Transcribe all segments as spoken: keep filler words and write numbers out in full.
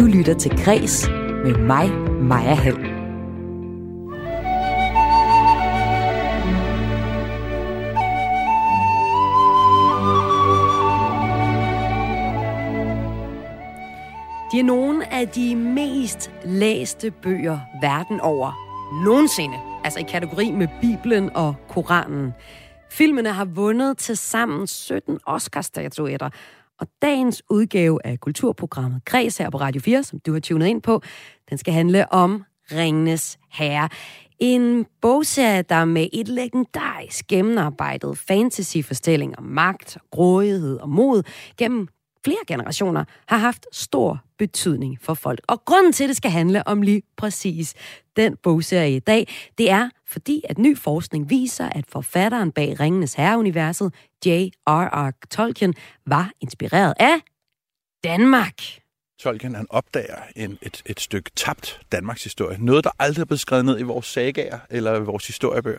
Du lytter til Græs med mig, Maja Hall. De er nogle af de mest læste bøger verden over nogensinde. Altså i kategori med Bibelen og Koranen. Filmene har vundet til sammen sytten Oscar-statuetter. Og dagens udgave af kulturprogrammet Græs her på Radio fire, som du har tunet ind på, den skal handle om Ringenes Herre. En bogserie, der med et legendarisk gennemarbejdet fantasyforstilling om magt, grådighed og mod gennem flere generationer har haft stor betydning for folk. Og grunden til, at det skal handle om lige præcis den bogserie i dag, det er, fordi at ny forskning viser, at forfatteren bag Ringenes Herre-universet, J R R Tolkien, var inspireret af Danmark. Tolkien, han opdager en, et, et stykke tabt Danmarks historie. Noget, der aldrig er blevet skrevet ned i vores sagaer eller vores historiebøger.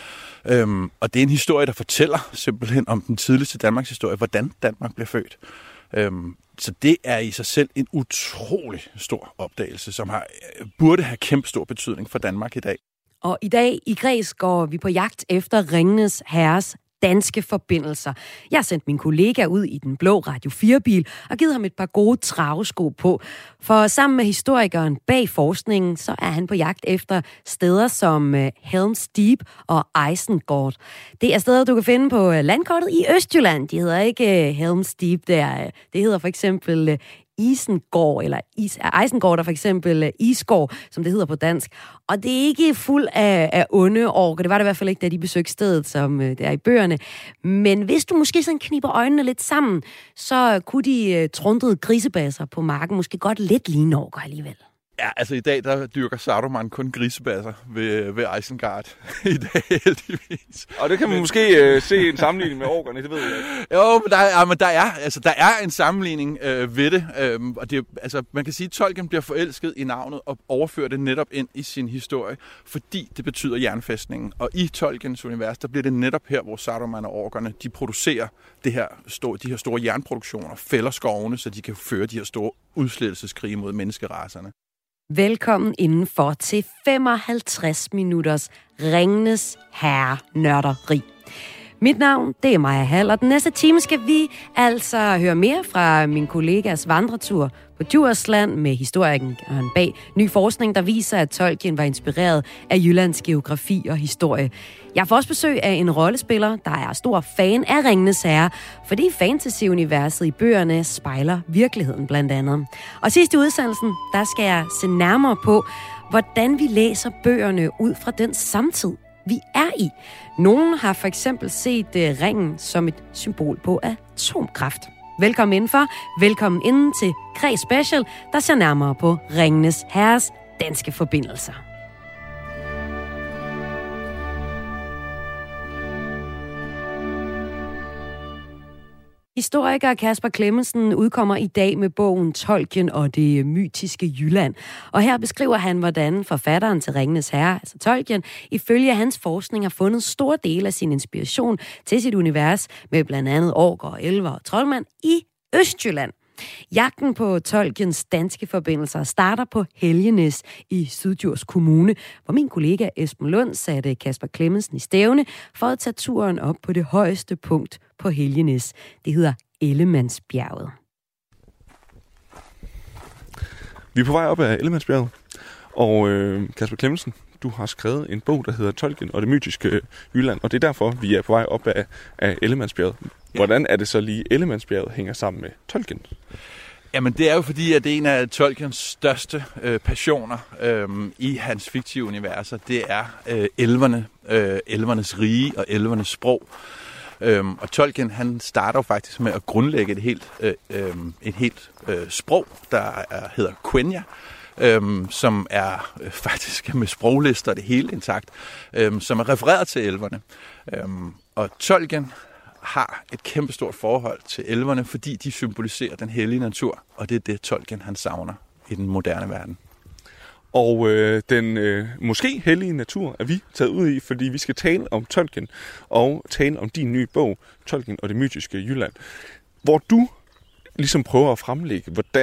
Øhm, og det er en historie, der fortæller simpelthen om den tidligste Danmarks historie, hvordan Danmark blev født. Øhm, så det er i sig selv en utrolig stor opdagelse, som har, burde have kæmpe stor betydning for Danmark i dag. Og i dag i Græs går vi på jagt efter Ringenes Herres danske forbindelser. Jeg har sendt min kollega ud i den blå Radio fire-bil og givet ham et par gode travesko på. For sammen med historikeren bag forskningen, så er han på jagt efter steder som Helm's Deep og Isengard. Det er steder, du kan finde på landkortet i Østjylland. De hedder ikke Helm's Deep der. Det hedder for eksempel Isengård, eller Is, Isengård, der for eksempel Isgård, som det hedder på dansk. Og det er ikke fuld af, af onde orker. Det var det i hvert fald ikke, da de besøgte stedet, som det er i bøgerne. Men hvis du måske sådan kniber øjnene lidt sammen, så kunne de trundede grisebasser på marken måske godt lidt ligne orker alligevel. Ja, altså i dag, der dyrker Saruman kun grisebasser ved, ved Isengard. I dag, heldigvis. Og det kan man men... måske øh, se en sammenligning med orkerne, det ved jeg ikke. Jo, men der er, ja, men der er, altså, der er en sammenligning øh, ved det. Øh, og det, altså, man kan sige, at Tolkien bliver forelsket i navnet og overfører det netop ind i sin historie, fordi det betyder jernfæstningen. Og i Tolkiens univers, der bliver det netop her, hvor Saruman og orkerne, de producerer det her, de her store jernproduktioner, fælder skovene, så de kan føre de her store udslettelseskrige mod menneskeracerne. Velkommen indenfor til femoghalvtreds minutters Ringenes Herre-nørderi. Mit navn, det er Maja Hall, og den næste time skal vi altså høre mere fra min kollegas vandretur på Djursland med historikeren bag ny forskning, der viser, at Tolkien var inspireret af Jyllands geografi og historie. Jeg får også besøg af en rollespiller, der er stor fan af Ringenes Herre, fordi fantasy-universet i bøgerne spejler virkeligheden blandt andet. Og sidst i udsendelsen, der skal jeg se nærmere på, hvordan vi læser bøgerne ud fra den samtid, vi er i. Nogle har for eksempel set uh, ringen som et symbol på atomkraft. Velkommen indenfor. Velkommen inden til Græs Special, der ser nærmere på Ringenes Herres danske forbindelser. Historiker Kasper Clemmensen udkommer i dag med bogen Tolkien og det mytiske Jylland. Og her beskriver han, hvordan forfatteren til Ringenes Herre, altså Tolkien, ifølge hans forskning har fundet store dele af sin inspiration til sit univers med blandt andet orker, elver og troldmand i Østjylland. Jagten på Tolkiens danske forbindelser starter på Helgenæs i Syddjurs Kommune, hvor min kollega Esben Lund satte Kasper Clemmensen i stævne for at tage turen op på det højeste punkt på Helgenæs. Det hedder Ellemandsbjerget. Vi er på vej op ad Ellemandsbjerget, og øh, Kasper Clemmensen, du har skrevet en bog, der hedder Tolkien og det mytiske Jylland, og det er derfor, vi er på vej op ad, af Ellemandsbjerget. Hvordan er det så lige, Ellemandsbjerget hænger sammen med Tolkien? Jamen det er jo fordi, at det er en af Tolkiens største øh, passioner øh, i hans fiktive universer. Det er øh, elverne, øh, elvernes rige og elvernes sprog. Øhm, og Tolkien, han starter faktisk med at grundlægge et helt, øh, øh, et helt øh, sprog, der er, hedder Quenya, Øhm, som er øh, faktisk med sproglister det hele intakt, øhm, som er refereret til elverne. Øhm, og Tolkien har et kæmpestort forhold til elverne, fordi de symboliserer den hellige natur, og det er det, Tolkien han savner i den moderne verden. Og øh, den øh, måske hellige natur er vi taget ud i, fordi vi skal tale om Tolkien og tale om din nye bog, Tolkien og det mytiske Jylland, hvor du ligesom prøver at fremlægge, hvordan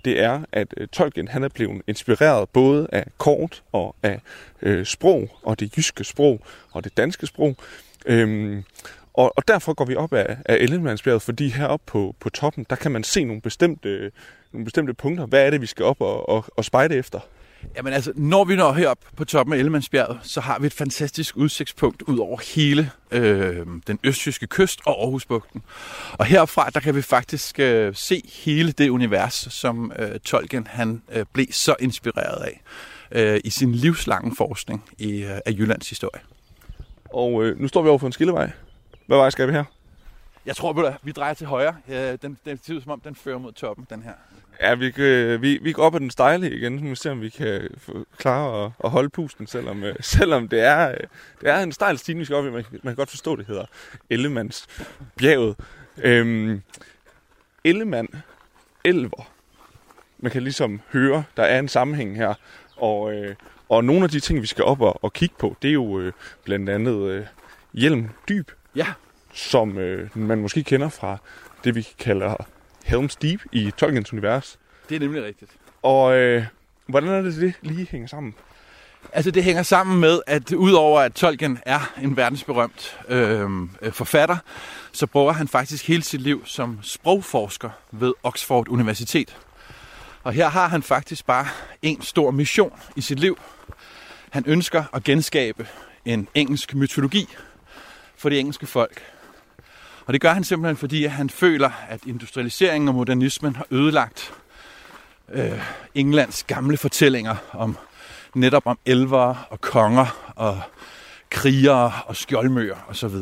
det er, at øh, Tolkien han er blevet inspireret både af kort og af øh, sprog, og det jyske sprog og det danske sprog. Øhm, og, og derfor går vi op af, af Ellemannsbjerget, fordi heroppe på, på toppen, der kan man se nogle bestemte, øh, nogle bestemte punkter. Hvad er det, vi skal op og, og, og spejde efter? Jamen altså, når vi når herop på toppen af Ellemannsbjerget, så har vi et fantastisk udsigtspunkt ud over hele øh, den østjyske kyst og Aarhusbugten. Og heropfra, der kan vi faktisk øh, se hele det univers, som øh, Tolkien han øh, blev så inspireret af øh, i sin livslange forskning i, øh, af Jyllands historie. Og øh, nu står vi over for en skillevej. Hvad vej skal vi her? Jeg tror, at vi drejer til højre. Ja, den, den ser ud som om, den fører mod toppen, den her. Ja, vi, vi, vi går op ad den stejle igen. Nu må vi se, om vi kan klare at, at holde pusten, selvom, selvom det, er, det er en stejl stigning, vi skal op i. Man, man kan godt forstå, det hedder Ellemannsbjerget. Øhm, Ellemann, elver. Man kan ligesom høre, der er en sammenhæng her. Og, øh, og nogle af de ting, vi skal op og, og kigge på, det er jo øh, blandt andet øh, Hjelm Dyb. Ja. Som øh, man måske kender fra det, vi kalder Helm's Deep i Tolkiens univers. Det er nemlig rigtigt. Og øh, hvordan er det, det lige hænger sammen? Altså det hænger sammen med, at udover at Tolkien er en verdensberømt øh, forfatter, så bruger han faktisk hele sit liv som sprogforsker ved Oxford Universitet. Og her har han faktisk bare en stor mission i sit liv. Han ønsker at genskabe en engelsk mytologi for det engelske folk. Og det gør han simpelthen, fordi han føler, at industrialiseringen og modernismen har ødelagt øh, Englands gamle fortællinger om netop om elvere og konger og krigere og skjoldmøer osv.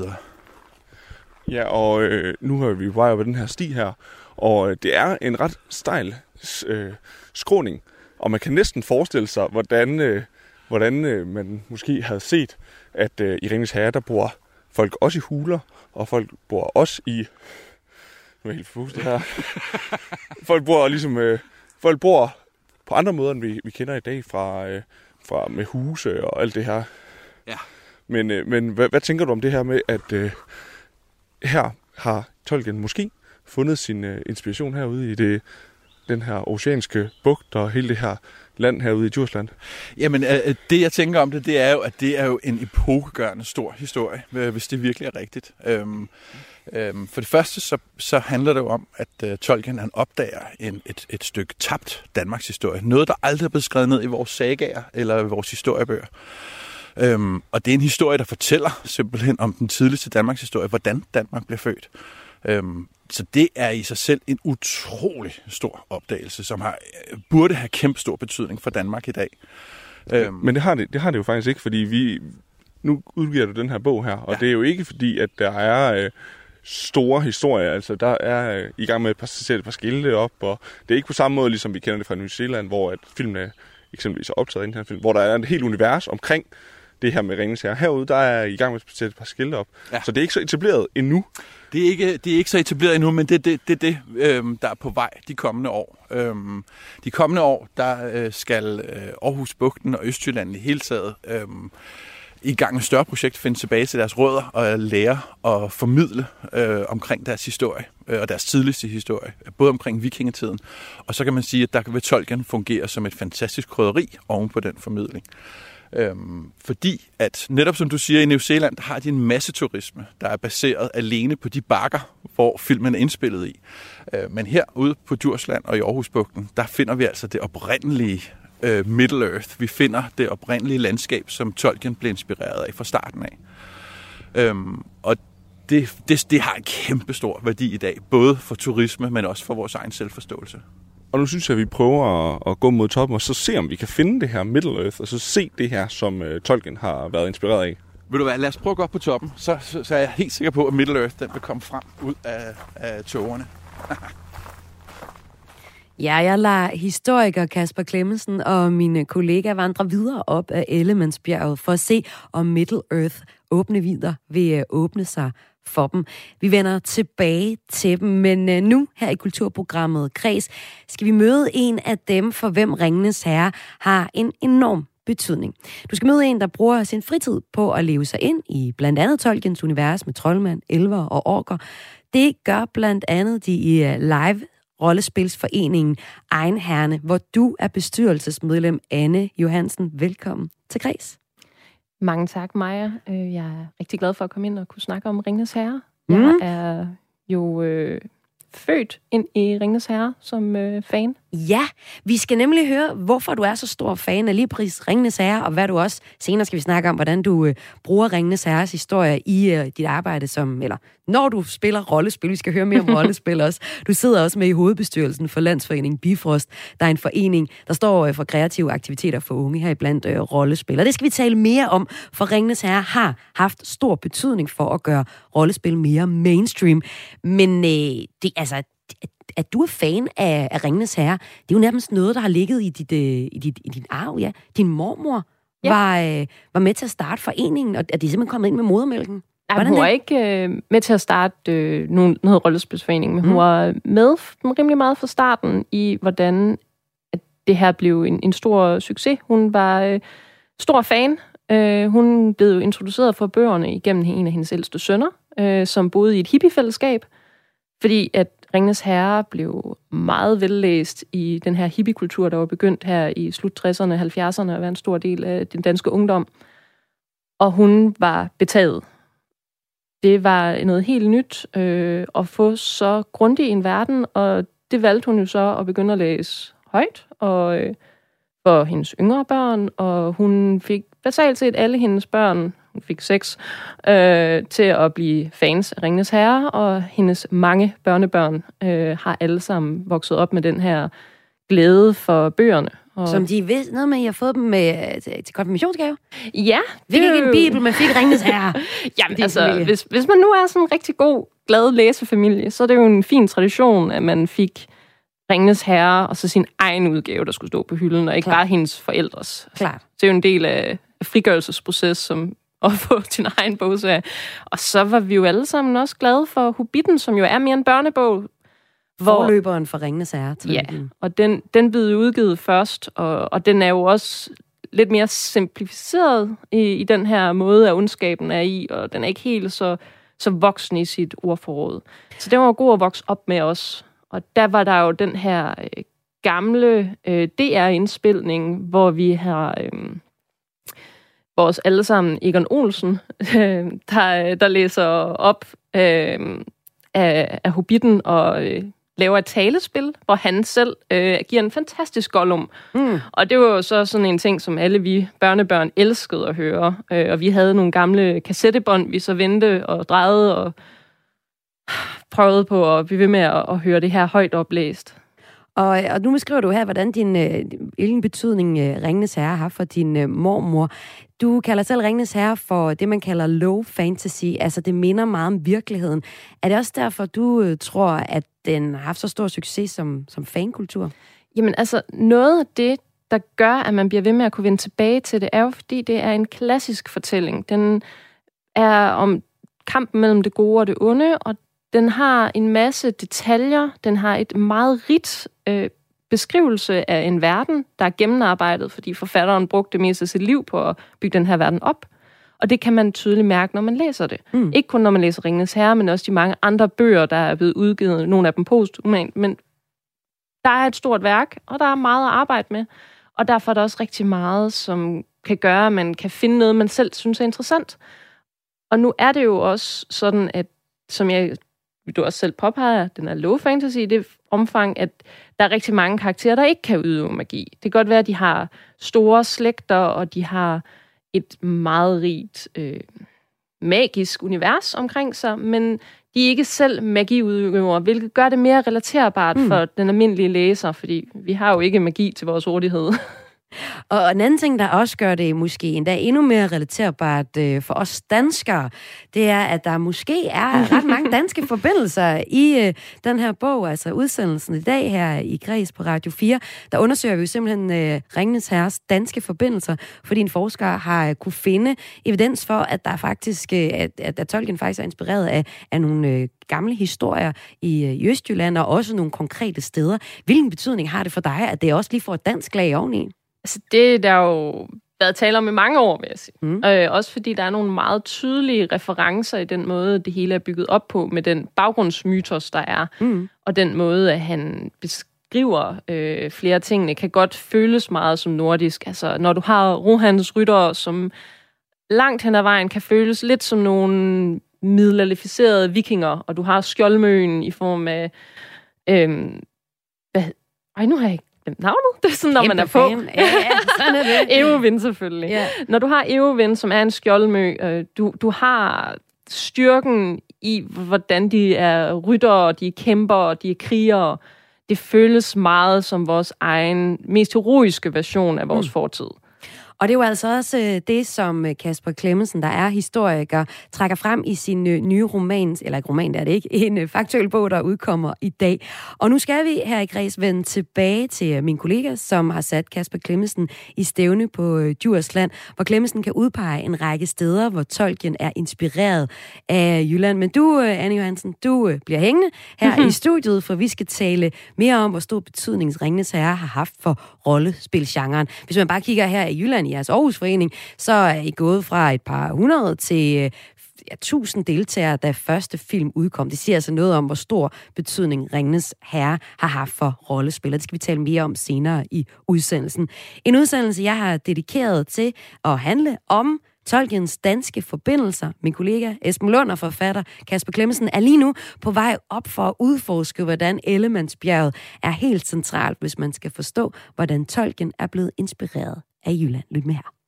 Ja, og øh, nu har vi vej over den her sti her, og øh, det er en ret stejl øh, skråning, og man kan næsten forestille sig, hvordan, øh, hvordan øh, man måske havde set, at øh, i Ringenes Herre, der bor folk også i huler, og folk bor også i... Nu er jeg helt forpustet her. folk bor ligesom... Øh, folk bor på andre måder, end vi, vi kender i dag, fra, øh, fra med huse og alt det her. Ja. Men, øh, men hvad, hvad tænker du om det her med, at øh, her har Tolkien måske fundet sin øh, inspiration herude i det, den her oceanske bugt og hele det her land herude i Djursland? Jamen, øh, det jeg tænker om det, det er jo, at det er jo en epokegørende stor historie, hvis det virkelig er rigtigt. Øhm, øhm, for det første, så, så handler det jo om, at øh, Tolkien han opdager en, et, et stykke tabt Danmarks historie. Noget, der aldrig er blevet skrevet ned i vores sagaer eller vores historiebøger. Øhm, og det er en historie, der fortæller simpelthen om den tidligste Danmarks historie, hvordan Danmark blev født. Øhm, så det er i sig selv en utrolig stor opdagelse, som har, burde have kæmpe stor betydning for Danmark i dag. Øhm. Men det har det, det har det jo faktisk ikke, fordi vi nu udgiver du den her bog her, og ja. Det er jo ikke fordi, at der er øh, store historier. Altså, der er øh, i gang med at sætte et par skilte op, og det er ikke på samme måde, ligesom vi kender det fra New Zealand, hvor at filmene eksempelvis er optaget i den her film, hvor der er et helt univers omkring det her med Ringenes Herre. Herude, der er i gang med at sætte et par skilte op. Ja. Så det er ikke så etableret endnu. Det er ikke, det er ikke så etableret endnu, men det er det, det, det øhm, der er på vej de kommende år. Øhm, de kommende år, der øh, skal øh, Aarhusbugten og Østjylland i hele taget øh, i gang med et større projekt, finde tilbage til deres rødder og lære og formidle øh, omkring deres historie øh, og deres tidligste historie, både omkring vikingetiden. Og så kan man sige, at der vil Tolkien fungere som et fantastisk krydderi oven på den formidling. Øhm, fordi at netop som du siger, i New Zealand har de en masse turisme, der er baseret alene på de bakker, hvor filmen er indspillet i. Øh, men herude på Djursland og i Aarhusbugten, der finder vi altså det oprindelige øh, Middle Earth. Vi finder det oprindelige landskab, som Tolkien blev inspireret af fra starten af. Øhm, og det, det, det har en kæmpe stor værdi i dag, både for turisme, men også for vores egen selvforståelse. Og nu synes jeg, at vi prøver at, at gå mod toppen, og så se, om vi kan finde det her Middle Earth, og så se det her, som uh, Tolkien har været inspireret af. Vil du hvad, lad os prøve at gå op på toppen, så, så, så er jeg helt sikker på, at Middle Earth den vil komme frem ud af, af tågerne. Ja, jeg lader historiker Kasper Clemmensen og mine kollegaer vandre videre op af Ellemannsbjerget for at se, om Middle Earth åbne videre vil åbne sig for dem. Vi vender tilbage til dem, men nu her i kulturprogrammet Kreds skal vi møde en af dem, for hvem Ringenes Herre har en enorm betydning. Du skal møde en, der bruger sin fritid på at leve sig ind i blandt andet Tolkiens univers med troldmand, elver og orker. Det gør blandt andet de i live rollespilsforeningen Egenhærne, hvor du er bestyrelsesmedlem. Anne Johansen, velkommen til Græs. Mange tak, Maja. Jeg er rigtig glad for at komme ind og kunne snakke om Ringenes Herre. Mm. Jeg er jo øh, født ind i Ringenes Herre som øh, fan. Ja, vi skal nemlig høre, hvorfor du er så stor fan af lige præcis Ringenes Herre, og hvad du også, senere skal vi snakke om, hvordan du øh, bruger Ringenes Herres historie i øh, dit arbejde som, eller når du spiller rollespil. Vi skal høre mere om rollespil også. Du sidder også med i hovedbestyrelsen for Landsforeningen Bifrost. Der er en forening, der står øh, for kreative aktiviteter for unge, her iblandt øh, rollespil. Og det skal vi tale mere om, for Ringenes Herre har haft stor betydning for at gøre rollespil mere mainstream. Men øh, det, altså, at du er fan af, af Ringenes Herre, det er jo nærmest noget, der har ligget i dit, øh, i dit, i din arv, ja. Din mormor ja. var, øh, var med til at starte foreningen, og er de simpelthen kommet ind med modermælken? Ej, hun var ikke øh, med til at starte øh, nogen, noget rollespilsforening, men mm. hun var med rimelig meget fra starten i, hvordan at det her blev en, en stor succes. Hun var øh, stor fan. Øh, hun blev jo introduceret for bøgerne igennem en af hendes ældste sønner, øh, som boede i et hippiefællesskab, fordi at Ringenes Herre blev meget vellæst i den her hippiekultur, der var begyndt her i slut tresserne og halvfjerdserne at være en stor del af den danske ungdom. Og hun var betaget. Det var noget helt nyt øh, at få så grundig en verden, og det valgte hun jo så at begynde at læse højt og, øh, for hendes yngre børn, og hun fik basalt set alle hendes børn, hun fik seks, øh, til at blive fans af Ringenes Herre, og hendes mange børnebørn øh, har alle sammen vokset op med den her glæde for bøgerne. Og som de vidste noget med, at I har fået dem med, til, til konfirmationsgave? Ja. Fik ikke en bibel, men fik Ringenes Herre. Jamen altså, hvis, hvis man nu er sådan en rigtig god, glad læsefamilie, så er det jo en fin tradition, at man fik Ringenes Herre, og så sin egen udgave, der skulle stå på hylden, og ikke Klar. bare hendes forældres. Klart. Det er jo en del af frigørelsesproces, som at få sin egen bogserie. Og så var vi jo alle sammen også glade for Hobbiten, som jo er mere en børnebog. Forløberen for Ringenes Herre. Ja, og den, den blev udgivet først, og, og den er jo også lidt mere simplificeret i, i den her måde, at ondskaben er i, og den er ikke helt så, så voksen i sit ordforråd. Så den var god at vokse op med os. Og der var der jo den her øh, gamle øh, D R-indspilning, hvor vi har øh, vores allesammen Egon Olsen, øh, der, der læser op øh, af, af Hobbiten og øh, laver et talespil, hvor han selv øh, giver en fantastisk Gollum. Mm. Og det var jo så sådan en ting, som alle vi børnebørn elskede at høre. Øh, og vi havde nogle gamle kassettebånd, vi så vendte og drejede og prøvede på at blive ved med at, at høre det her højt oplæst. Og, og nu beskriver du her, hvordan din, øh, hvilken betydning øh, Ringenes Herre har for din øh, mormor. Du kalder selv Ringenes Herre for det, man kalder low fantasy, altså det minder meget om virkeligheden. Er det også derfor, du øh, tror, at den har haft så stor succes som, som fankultur? Jamen altså, noget af det, der gør, at man bliver ved med at kunne vende tilbage til det, er jo fordi, det er en klassisk fortælling. Den er om kampen mellem det gode og det onde, og den har en masse detaljer. Den har et meget rigt øh, beskrivelse af en verden, der er gennemarbejdet, fordi forfatteren brugte det meste af sit liv på at bygge den her verden op. Og det kan man tydeligt mærke, når man læser det. Mm. Ikke kun når man læser Ringenes Herre, men også de mange andre bøger, der er blevet udgivet. Nogle af dem posthumant. Men der er et stort værk, og der er meget at arbejde med. Og derfor er der også rigtig meget, som kan gøre, at man kan finde noget, man selv synes er interessant. Og nu er det jo også sådan, at som jeg du også selv påpeger, den er low fantasy i det omfang, at der er rigtig mange karakterer, der ikke kan udøve magi. Det kan godt være, at de har store slægter, og de har et meget rigt øh, magisk univers omkring sig, men de er ikke selv magiudøvere, hvilket gør det mere relaterbart mm. for den almindelige læser, fordi vi har jo ikke magi til vores rådighed. Og en anden ting, der også gør det måske endda endnu mere relaterbart øh, for os danskere, det er, at der måske er ret mange danske forbindelser i øh, den her bog, altså udsendelsen i dag her i Græs på Radio fire. Der undersøger vi jo simpelthen øh, Ringenes Herres danske forbindelser, fordi en forsker har øh, kunne finde evidens for, at der faktisk, øh, at, at, at Tolkien faktisk er inspireret af, af nogle øh, gamle historier i, øh, i Østjylland, og også nogle konkrete steder. Hvilken betydning har det for dig, at det også lige får et dansk lag oveni? Altså, det er der jo været tale om i mange år, vil jeg sige. Mm. Øh, også fordi der er nogle meget tydelige referencer i den måde, det hele er bygget op på, med den baggrundsmytos, der er, mm. og den måde, at han beskriver øh, flere tingene, kan godt føles meget som nordisk. Altså, når du har Rohans ryttere, som langt hen ad vejen kan føles lidt som nogle middelalderficerede vikinger, og du har skjoldmøen i form af... Øh, hvad, ej, nu har jeg ikke navnet. Det er sådan, når Kæmpe man er på. fan. Ja, ja, sådan er det. Eowyn selvfølgelig. Ja. Når du har Eowyn, som er en skjoldmø, øh, du, du har styrken i, hvordan de er ryttere, de er kæmpere, de er krigere. Det føles meget som vores egen, mest heroiske version af vores mm. fortid. Og det er jo altså også det, som Kasper Clemmensen, der er historiker, trækker frem i sin nye roman, eller ikke roman, det er det ikke, en faktuel bog, der udkommer i dag. Og nu skal vi her i Græs vende tilbage til min kollega, som har sat Kasper Clemmensen i stævne på Djursland, hvor Clemmensen kan udpege en række steder, hvor Tolkien er inspireret af Jylland. Men du, Anne Johansen, du bliver hængende her mm-hmm. i studiet, for vi skal tale mere om, hvor stor betydning Ringenes Herre har haft for rollespilgenren. Hvis man bare kigger her i Jylland, i jeres Aarhusforening, så er I gået fra et par hundrede til ja, tusind deltagere, da første film udkom. Det siger altså noget om, hvor stor betydning Ringenes Herre har haft for rollespil. Det skal vi tale mere om senere i udsendelsen. En udsendelse, jeg har dedikeret til at handle om Tolkiens danske forbindelser. Min kollega Esben Lund og forfatter Kasper Clemmensen er lige nu på vej op for at udforske, hvordan Ellemandsbjerget er helt centralt, hvis man skal forstå, hvordan Tolkien er blevet inspireret af Jylland. Lyt med her.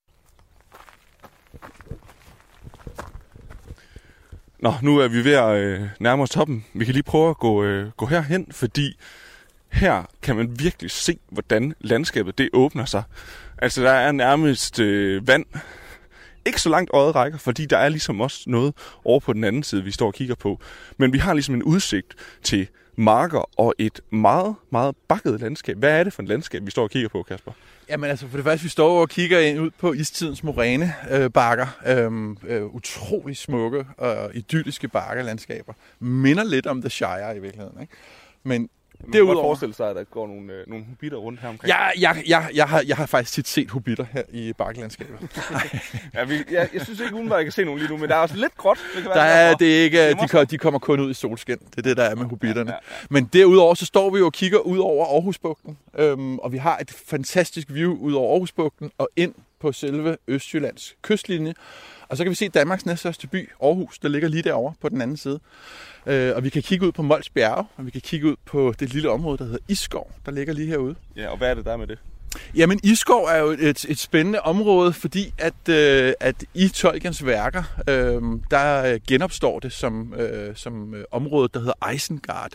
Nå, nu er vi ved at øh, nærme os toppen. Vi kan lige prøve at gå, øh, gå herhen, fordi her kan man virkelig se, hvordan landskabet det åbner sig. Altså, der er nærmest øh, vand. Ikke så langt øjet rækker, fordi der er ligesom også noget over på den anden side, vi står og kigger på. Men vi har ligesom en udsigt til marker og et meget, meget bakket landskab. Hvad er det for et landskab, vi står og kigger på, Kasper? Jamen altså, for det første, vi står og kigger ind ud på istidens morænebakker. Øh, øh, utrolig smukke og idylliske bakkelandskaber. Minder lidt om The Shire i virkeligheden, ikke? Men Man kan godt forestille sig, at der går nogle, øh, nogle hobitter rundt her omkring. Ja, jeg, jeg, jeg, har, jeg har faktisk tit set hobitter her i bakkelandskabet. ja, vi, jeg, jeg synes ikke umiddelbart, jeg kan se nogen lige nu, men der er også lidt gråt. Det kan der være, er, det er ikke, de, kom, de kommer kun ud i solskin. Det er det, der er med hobitterne. Ja, ja, ja. Men derudover, så står vi jo og kigger ud over Aarhusbugten. Øhm, og vi har et fantastisk view ud over Aarhusbugten og ind på selve Østjyllands kystlinje. Og så kan vi se Danmarks næststørste by, Aarhus, der ligger lige derovre på den anden side. Øh, og vi kan kigge ud på Mols Bjerge, og vi kan kigge ud på det lille område, der hedder Isskov, der ligger lige herude. Ja, og hvad er det der med det? Jamen, Isskov er jo et, et spændende område, fordi at, øh, at i Tolkiens værker, øh, der genopstår det som, øh, som området, der hedder Isengard.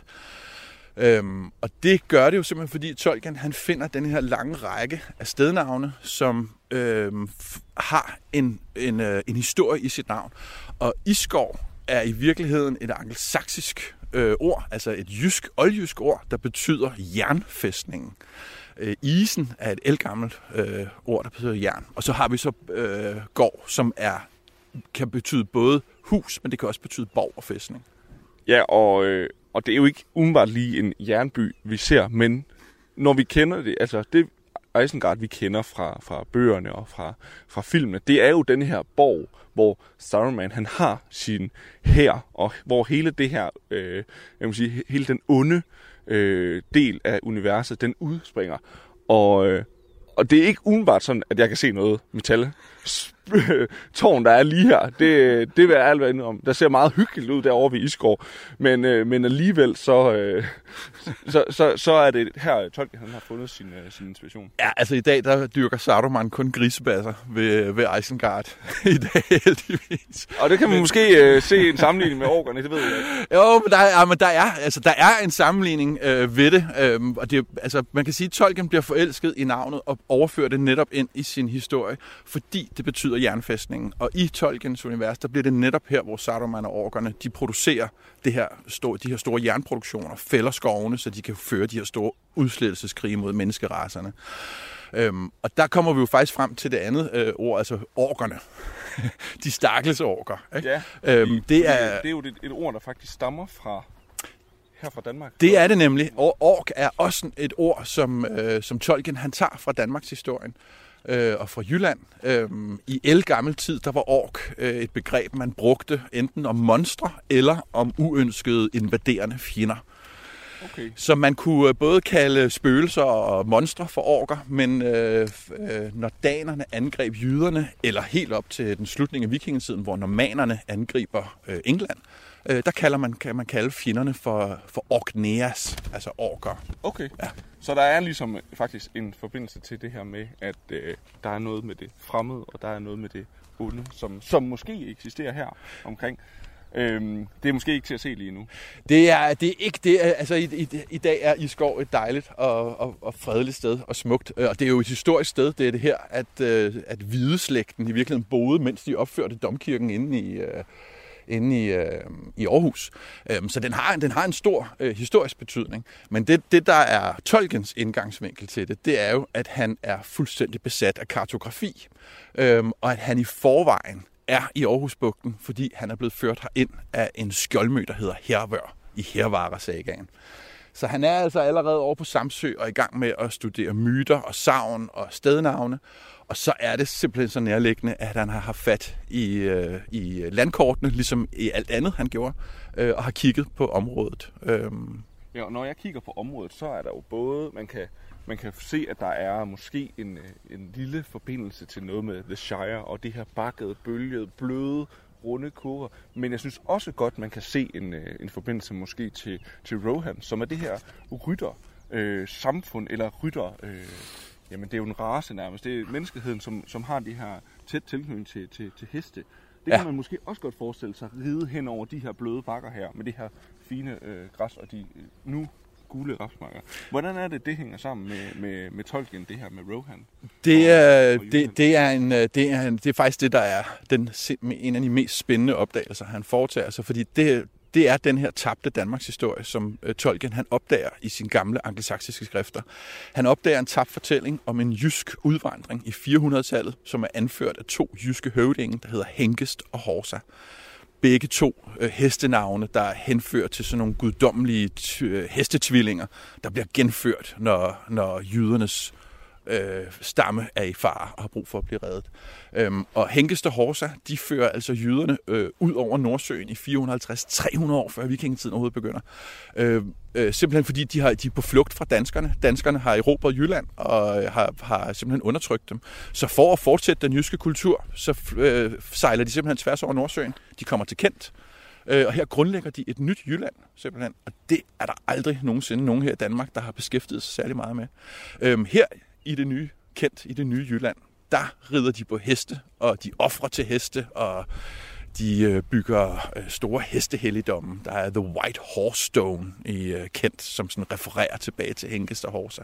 Øhm, og det gør det jo simpelthen, fordi Tolkien han finder den her lange række af stednavne, som øhm, f- har en, en, øh, en historie i sit navn. Og Isskov er i virkeligheden et angelsaksisk øh, ord, altså et jysk, oldjysk ord, der betyder jernfæstningen. Øh, isen er et ældgammelt øh, ord, der betyder jern. Og så har vi så øh, gård, som er, kan betyde både hus, men det kan også betyde borg og fæstning. Ja, og... Øh Og det er jo ikke umiddelbart lige en jernby, vi ser, men når vi kender det, altså det Isengard, vi kender fra, fra bøgerne og fra, fra filmene, det er jo den her borg, hvor Saruman han har sin hær, og hvor hele det her, øh, jeg må sige, hele den onde øh, del af universet, den udspringer. Og, øh, og det er ikke umiddelbart sådan, at jeg kan se noget metal tårn, der er lige her, det, det vil jeg alt være inde om. Der ser meget hyggeligt ud derovre ved Isskov, men, øh, men alligevel så, øh, så, så, så er det her, Tolkien han har fundet sin, øh, sin inspiration. Ja, altså i dag, der dyrker Saruman kun grisebasser ved, ved Isengard. I dag, heldigvis. Og det kan man men... måske øh, se en sammenligning med orkerne, det ved jeg ikke. Jo, men der er, ja, men der er, altså, der er en sammenligning øh, ved det. Øh, og det, altså, man kan sige, at Tolkien bliver forelsket i navnet og overfører det netop ind i sin historie, fordi det betyder jernfæstningen. Og i Tolkiens univers, der bliver det netop her, hvor Saruman og orkerne, de producerer det her store, de her store jernproduktioner, fælder skovene, så de kan føre de her store udslettelseskrige mod menneskeracerne. Øhm, og der kommer vi jo faktisk frem til det andet øh, ord, altså orkerne. De stakkels orker. Ikke? Ja, øhm, det, er, det er jo et, et ord, der faktisk stammer fra her fra Danmark. Det er det nemlig. Og ork er også et ord, som, øh, som Tolkien han tager fra Danmarks historien. øh, og fra Jylland. Øh, I ældgammel tid, der var ork øh, et begreb, man brugte enten om monstre eller om uønskede invaderende fjender. Okay. Så man kunne både kalde spøgelser og monstre for orker, men øh, øh, når danerne angreb jyderne, eller helt op til den slutning af vikingetiden, hvor normanerne angriber øh, England, øh, der kalder man, kan man kalde fjenderne for, for orkneas, altså orker. Okay, ja. Så der er ligesom faktisk en forbindelse til det her med, at øh, der er noget med det fremmede, og der er noget med det onde, som, som måske eksisterer her omkring. Øhm, det er måske ikke til at se lige nu. Det er, det er ikke det. Altså, i, i, i dag er Iskov et dejligt og, og, og fredeligt sted og smukt. Og det er jo et historisk sted, det er det her, at, at hvideslægten i virkeligheden boede, mens de opførte domkirken inde i, uh, inde i, uh, i Aarhus. Um, så den har, den har en stor uh, historisk betydning. Men det, det, der er Tolkiens indgangsvinkel til det, det er jo, at han er fuldstændig besat af kartografi. Um, og at han i forvejen er i Aarhusbugten, fordi han er blevet ført herind af en skjoldmø, der hedder Hervør i Hervara-sagaen. Så han er altså allerede over på Samsø og i gang med at studere myter og sagn og stednavne. Og så er det simpelthen så nærliggende, at han har haft fat i, øh, i landkortene, ligesom i alt andet, han gjorde, øh, og har kigget på området. Øhm. Ja, og når jeg kigger på området, så er der jo både, man kan... Man kan se, at der er måske en, en lille forbindelse til noget med The Shire og det her bakkede, bølgede, bløde, runde kurver. Men jeg synes også godt, man kan se en, en forbindelse måske til, til Rohan, som er det her rytter øh, samfund eller rytter. Øh, jamen det er jo en race nærmest. Det er menneskeheden, som, som har de her tæt tilknytning til, til, til heste. Det kan ja. man måske også godt forestille sig ride hen over de her bløde bakker her med det her fine øh, græs og de nu gule rapsmarker. Hvordan er det, det hænger sammen med, med, med Tolkien, det her med Rohan? Det er, og, og det, det, er en, det, er en, det er faktisk det, der er den, en af de mest spændende opdagelser, han foretager sig, fordi det, det er den her tabte Danmarks historie, som uh, Tolkien han opdager i sine gamle angelsaksiske skrifter. Han opdager en tabt fortælling om en jysk udvandring i fire hundrede-tallet, som er anført af to jyske høvdinge, der hedder Hengest og Horsa. Begge to øh, hestenavne, der er henført til sådan nogle guddommelige t- øh, hestetvillinger, der bliver genført, når, når jydernes øh, stamme er i fare og har brug for at blive reddet. Øhm, og Hengest og Horsa, de fører altså jyderne øh, ud over Nordsøen i fire hundrede og halvtreds, tre hundrede år før vikingetiden overhovedet begynder. Øh, øh, simpelthen fordi de, har, de er på flugt fra danskerne. Danskerne har erobret Jylland og har, har simpelthen undertrykt dem. Så for at fortsætte den jyske kultur, så øh, sejler de simpelthen tværs over Nordsøen. De kommer til Kent. Øh, og her grundlægger de et nyt Jylland, simpelthen. Og det er der aldrig nogensinde nogen her i Danmark, der har beskæftiget sig særlig meget med. Øh, her i det nye Kent, i det nye Jylland, der rider de på heste, og de ofrer til heste, og de bygger store hestehelligdomme. Der er The White Horse Stone i Kent, som sådan refererer tilbage til Hengest og Horsa.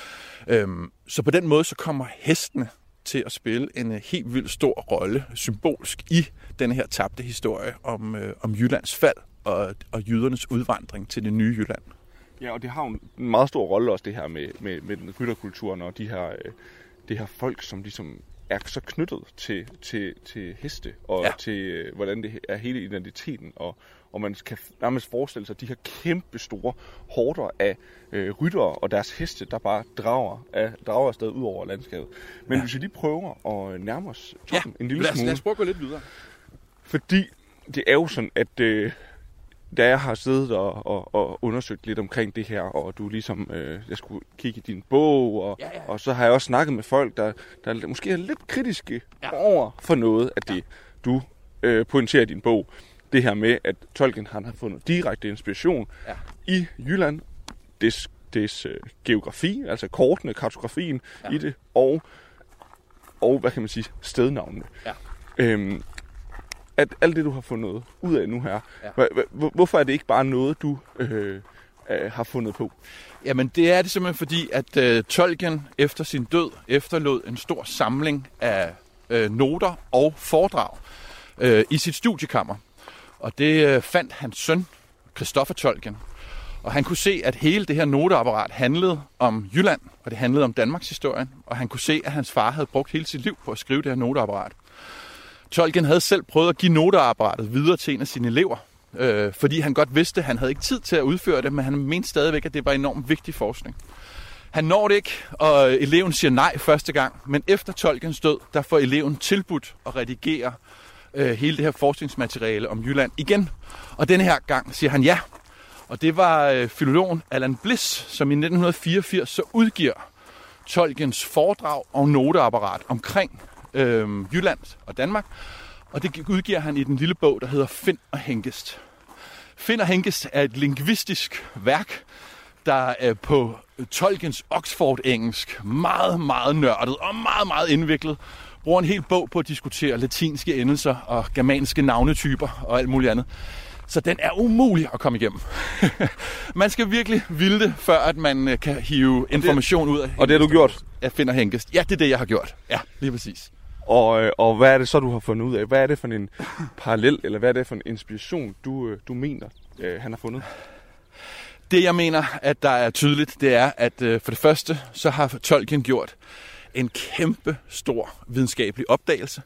Så på den måde så kommer hestene til at spille en helt vildt stor rolle symbolsk i den her tabte historie om, om Jyllands fald og, og jydernes udvandring til det nye Jylland. Ja, og det har jo en meget stor rolle også det her med, med, med den rytterkulturen og de her, det her folk, som ligesom er så knyttet til, til, til heste og ja. til, hvordan det er hele identiteten. Og, og man kan nærmest forestille sig de her kæmpe store horder af øh, ryttere og deres heste, der bare drager, af, drager afsted ud over landskabet. Men ja. hvis vi lige prøver at nærme os ja. en lille lad os, smule. Lad os prøve at gå lidt videre. Fordi det er jo sådan, at Øh, da jeg har siddet og, og, og undersøgt lidt omkring det her, og du ligesom, øh, jeg skulle kigge i din bog, og, ja, ja. og så har jeg også snakket med folk, der, der måske er lidt kritiske ja. over for noget af det, ja. du øh, pointerer i din bog. Det her med, at Tolkien han har fundet direkte inspiration ja. i Jylland, des, des øh, geografi, altså kortene, kartografien ja. i det, og, og hvad kan man sige, stednavnene. Ja. Øhm, at alt det, du har fundet ud af nu her, ja. hvorfor er det ikke bare noget, du øh, øh, har fundet på? Jamen, det er det simpelthen fordi, at øh, Tolkien efter sin død efterlod en stor samling af øh, noter og foredrag øh, i sit studiekammer. Og det øh, fandt hans søn, Christopher Tolkien. Og han kunne se, at hele det her noteapparat handlede om Jylland, og det handlede om Danmarks historie. Og han kunne se, at hans far havde brugt hele sit liv på at skrive det her noteapparat. Tolkien havde selv prøvet at give noteapparatet videre til en af sine elever, øh, fordi han godt vidste, at han havde ikke tid til at udføre det, men han mente stadigvæk, at det var enormt vigtig forskning. Han når det ikke, og eleven siger nej første gang. Men efter Tolkiens død, der får eleven tilbudt at redigere øh, hele det her forskningsmateriale om Jylland igen. Og denne her gang siger han ja. Og det var øh, filologen Allan Bliss, som i nitten fireogfirs så udgiver Tolkiens foredrag og noteapparat omkring øh, Jylland og Danmark. Og det udgiver han i den lille bog, der hedder Finn og Hengest. Finn og Hengest er et lingvistisk værk, der er på Tolkiens Oxford-engelsk meget, meget nørdet og meget, meget indviklet. Bruger en hel bog på at diskutere latinske endelser og germanske navnetyper og alt muligt andet. Så den er umulig at komme igennem. Man skal virkelig ville det, før at man kan hive information ud af Hengest. Og det har du gjort? Jeg finder Hengest. Ja, det er det, jeg har gjort. Ja, lige præcis. Og, og hvad er det så, du har fundet ud af? Hvad er det for en parallel, eller hvad er det for en inspiration, du, du mener, øh, han har fundet? Det, jeg mener, at der er tydeligt, det er, at øh, for det første, så har Tolkien gjort en kæmpe stor videnskabelig opdagelse.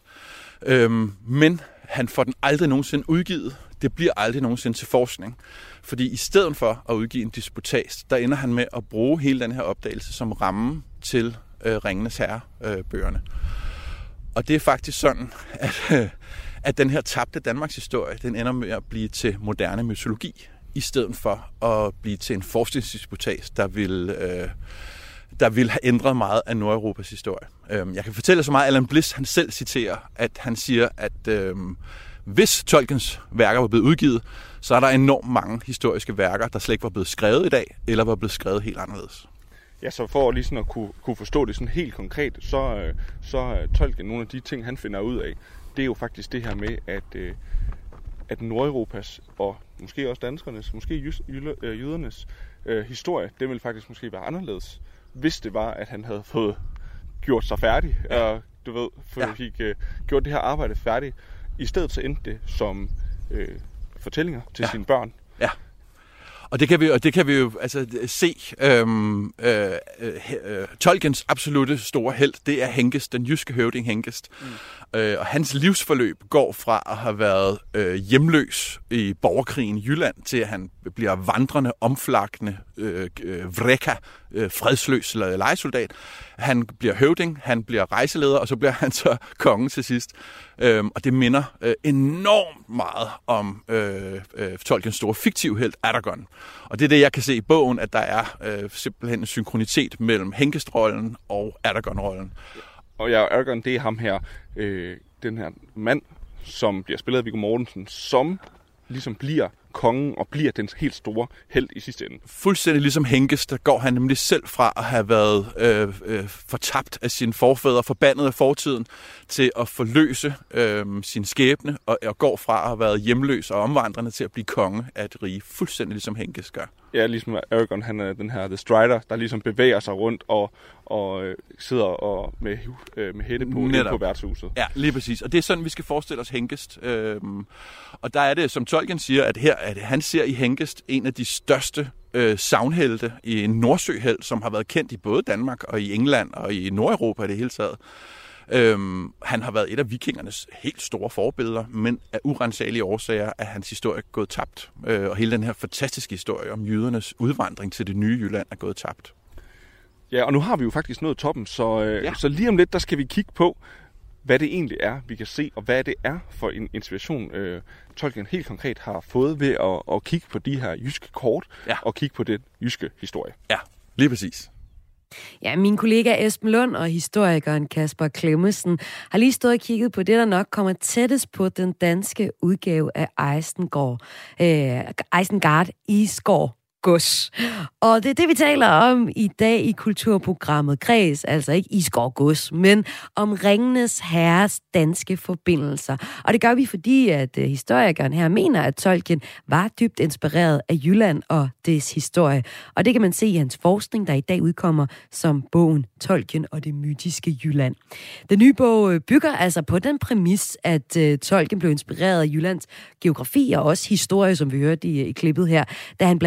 Øhm, men han får den aldrig nogensinde udgivet. Det bliver aldrig nogensinde til forskning. Fordi i stedet for at udgive en disputats, der ender han med at bruge hele den her opdagelse som ramme til øh, Ringenes Herre-bøgerne. Øh, Og det er faktisk sådan, at, øh, at den her tabte Danmarks historie, den ender med at blive til moderne mytologi, i stedet for at blive til en forskningsdisputats, der vil, øh, der vil have ændret meget af Nordeuropas historie. Øh, jeg kan fortælle så meget, at Allan Bliss han selv citerer, at han siger, at øh, hvis Tolkiens værker var blevet udgivet, så er der enormt mange historiske værker, der slet ikke var blevet skrevet i dag, eller var blevet skrevet helt anderledes. Ja, så for lige sådan at kunne, kunne forstå det sådan helt konkret, så, så Tolkien, nogle af de ting, han finder ud af, det er jo faktisk det her med, at, at Nordeuropas, og måske også danskernes, måske jødernes øh, historie, det ville faktisk måske være anderledes, hvis det var, at han havde fået gjort sig færdig, ja. og du ved, fik ja. uh, gjort det her arbejde færdigt. I stedet så endte det som øh, fortællinger til ja. sine børn. Ja. Og det kan vi, og det kan vi jo altså se. Øhm, øh, øh, Tolkiens absolutte store helt, det er Hengest, den jyske høvding Hengest. Mm. Øh, og hans livsforløb går fra at have været øh, hjemløs i borgerkrigen i Jylland, til at han bliver vandrende, omflakkende, øh, øh, vreka, øh, fredsløs lejesoldat. Han bliver høvding, han bliver rejseleder, og så bliver han så konge til sidst. Øhm, og det minder øh, enormt meget om øh, øh, Tolkiens store fiktive helt, Aragorn. Og det er det, jeg kan se i bogen, at der er øh, simpelthen en synkronitet mellem Hengest-rollen og Aragorn-rollen. Og ja, Aragorn, det er ham her, øh, den her mand, som bliver spillet af Viggo Mortensen, som ligesom bliver kongen og bliver den helt store helt i sidste ende. Fuldstændig ligesom Hengest, der går han nemlig selv fra at have været øh, øh, fortabt af sine forfædre, forbandet af fortiden, til at forløse øh, sin skæbne, og, og går fra at have været hjemløs og omvandrende til at blive konge af et rige. Fuldstændig ligesom Hengest gør. Ja, ligesom Aragorn, han er den her The Strider, der ligesom bevæger sig rundt og, og øh, sidder og med, øh, med hætte på, på værtshuset. Ja, lige præcis. Og det er sådan, vi skal forestille os Hengest. Øhm, og der er det, som Tolkien siger, at her at han ser i Hengest en af de største øh, savnhelte i en nordsøhelt, som har været kendt i både Danmark og i England og i Nordeuropa i det hele taget. Øhm, han har været et af vikingernes helt store forbilleder, men af urensagelige årsager er hans historie gået tabt. Øh, og hele den her fantastiske historie om jødernes udvandring til det nye Jylland er gået tabt. Ja, og nu har vi jo faktisk nået toppen, så, øh, ja. så lige om lidt, der skal vi kigge på, hvad det egentlig er, vi kan se, og hvad det er for en inspiration, øh, Tolkien helt konkret har fået ved at, at kigge på de her jyske kort, ja. og kigge på den jyske historie. Ja, lige præcis. Ja, min kollega Esben Lund og historikeren Kasper Clemmensen har lige stået og kigget på det, der nok kommer tættest på den danske udgave af Isengard, øh, Isengard Isgård Gods. Og det er det, vi taler om i dag i kulturprogrammet Kreds, altså ikke Isgård Gods, men om Ringenes Herres danske forbindelser. Og det gør vi, fordi at historikeren her mener, at Tolkien var dybt inspireret af Jylland og dets historie. Og det kan man se i hans forskning, der i dag udkommer som bogen Tolkien og det mytiske Jylland. Den nye bog bygger altså på den præmis, at Tolkien blev inspireret af Jyllands geografi og også historie, som vi hørte i, i klippet her, da han blandt andet skrev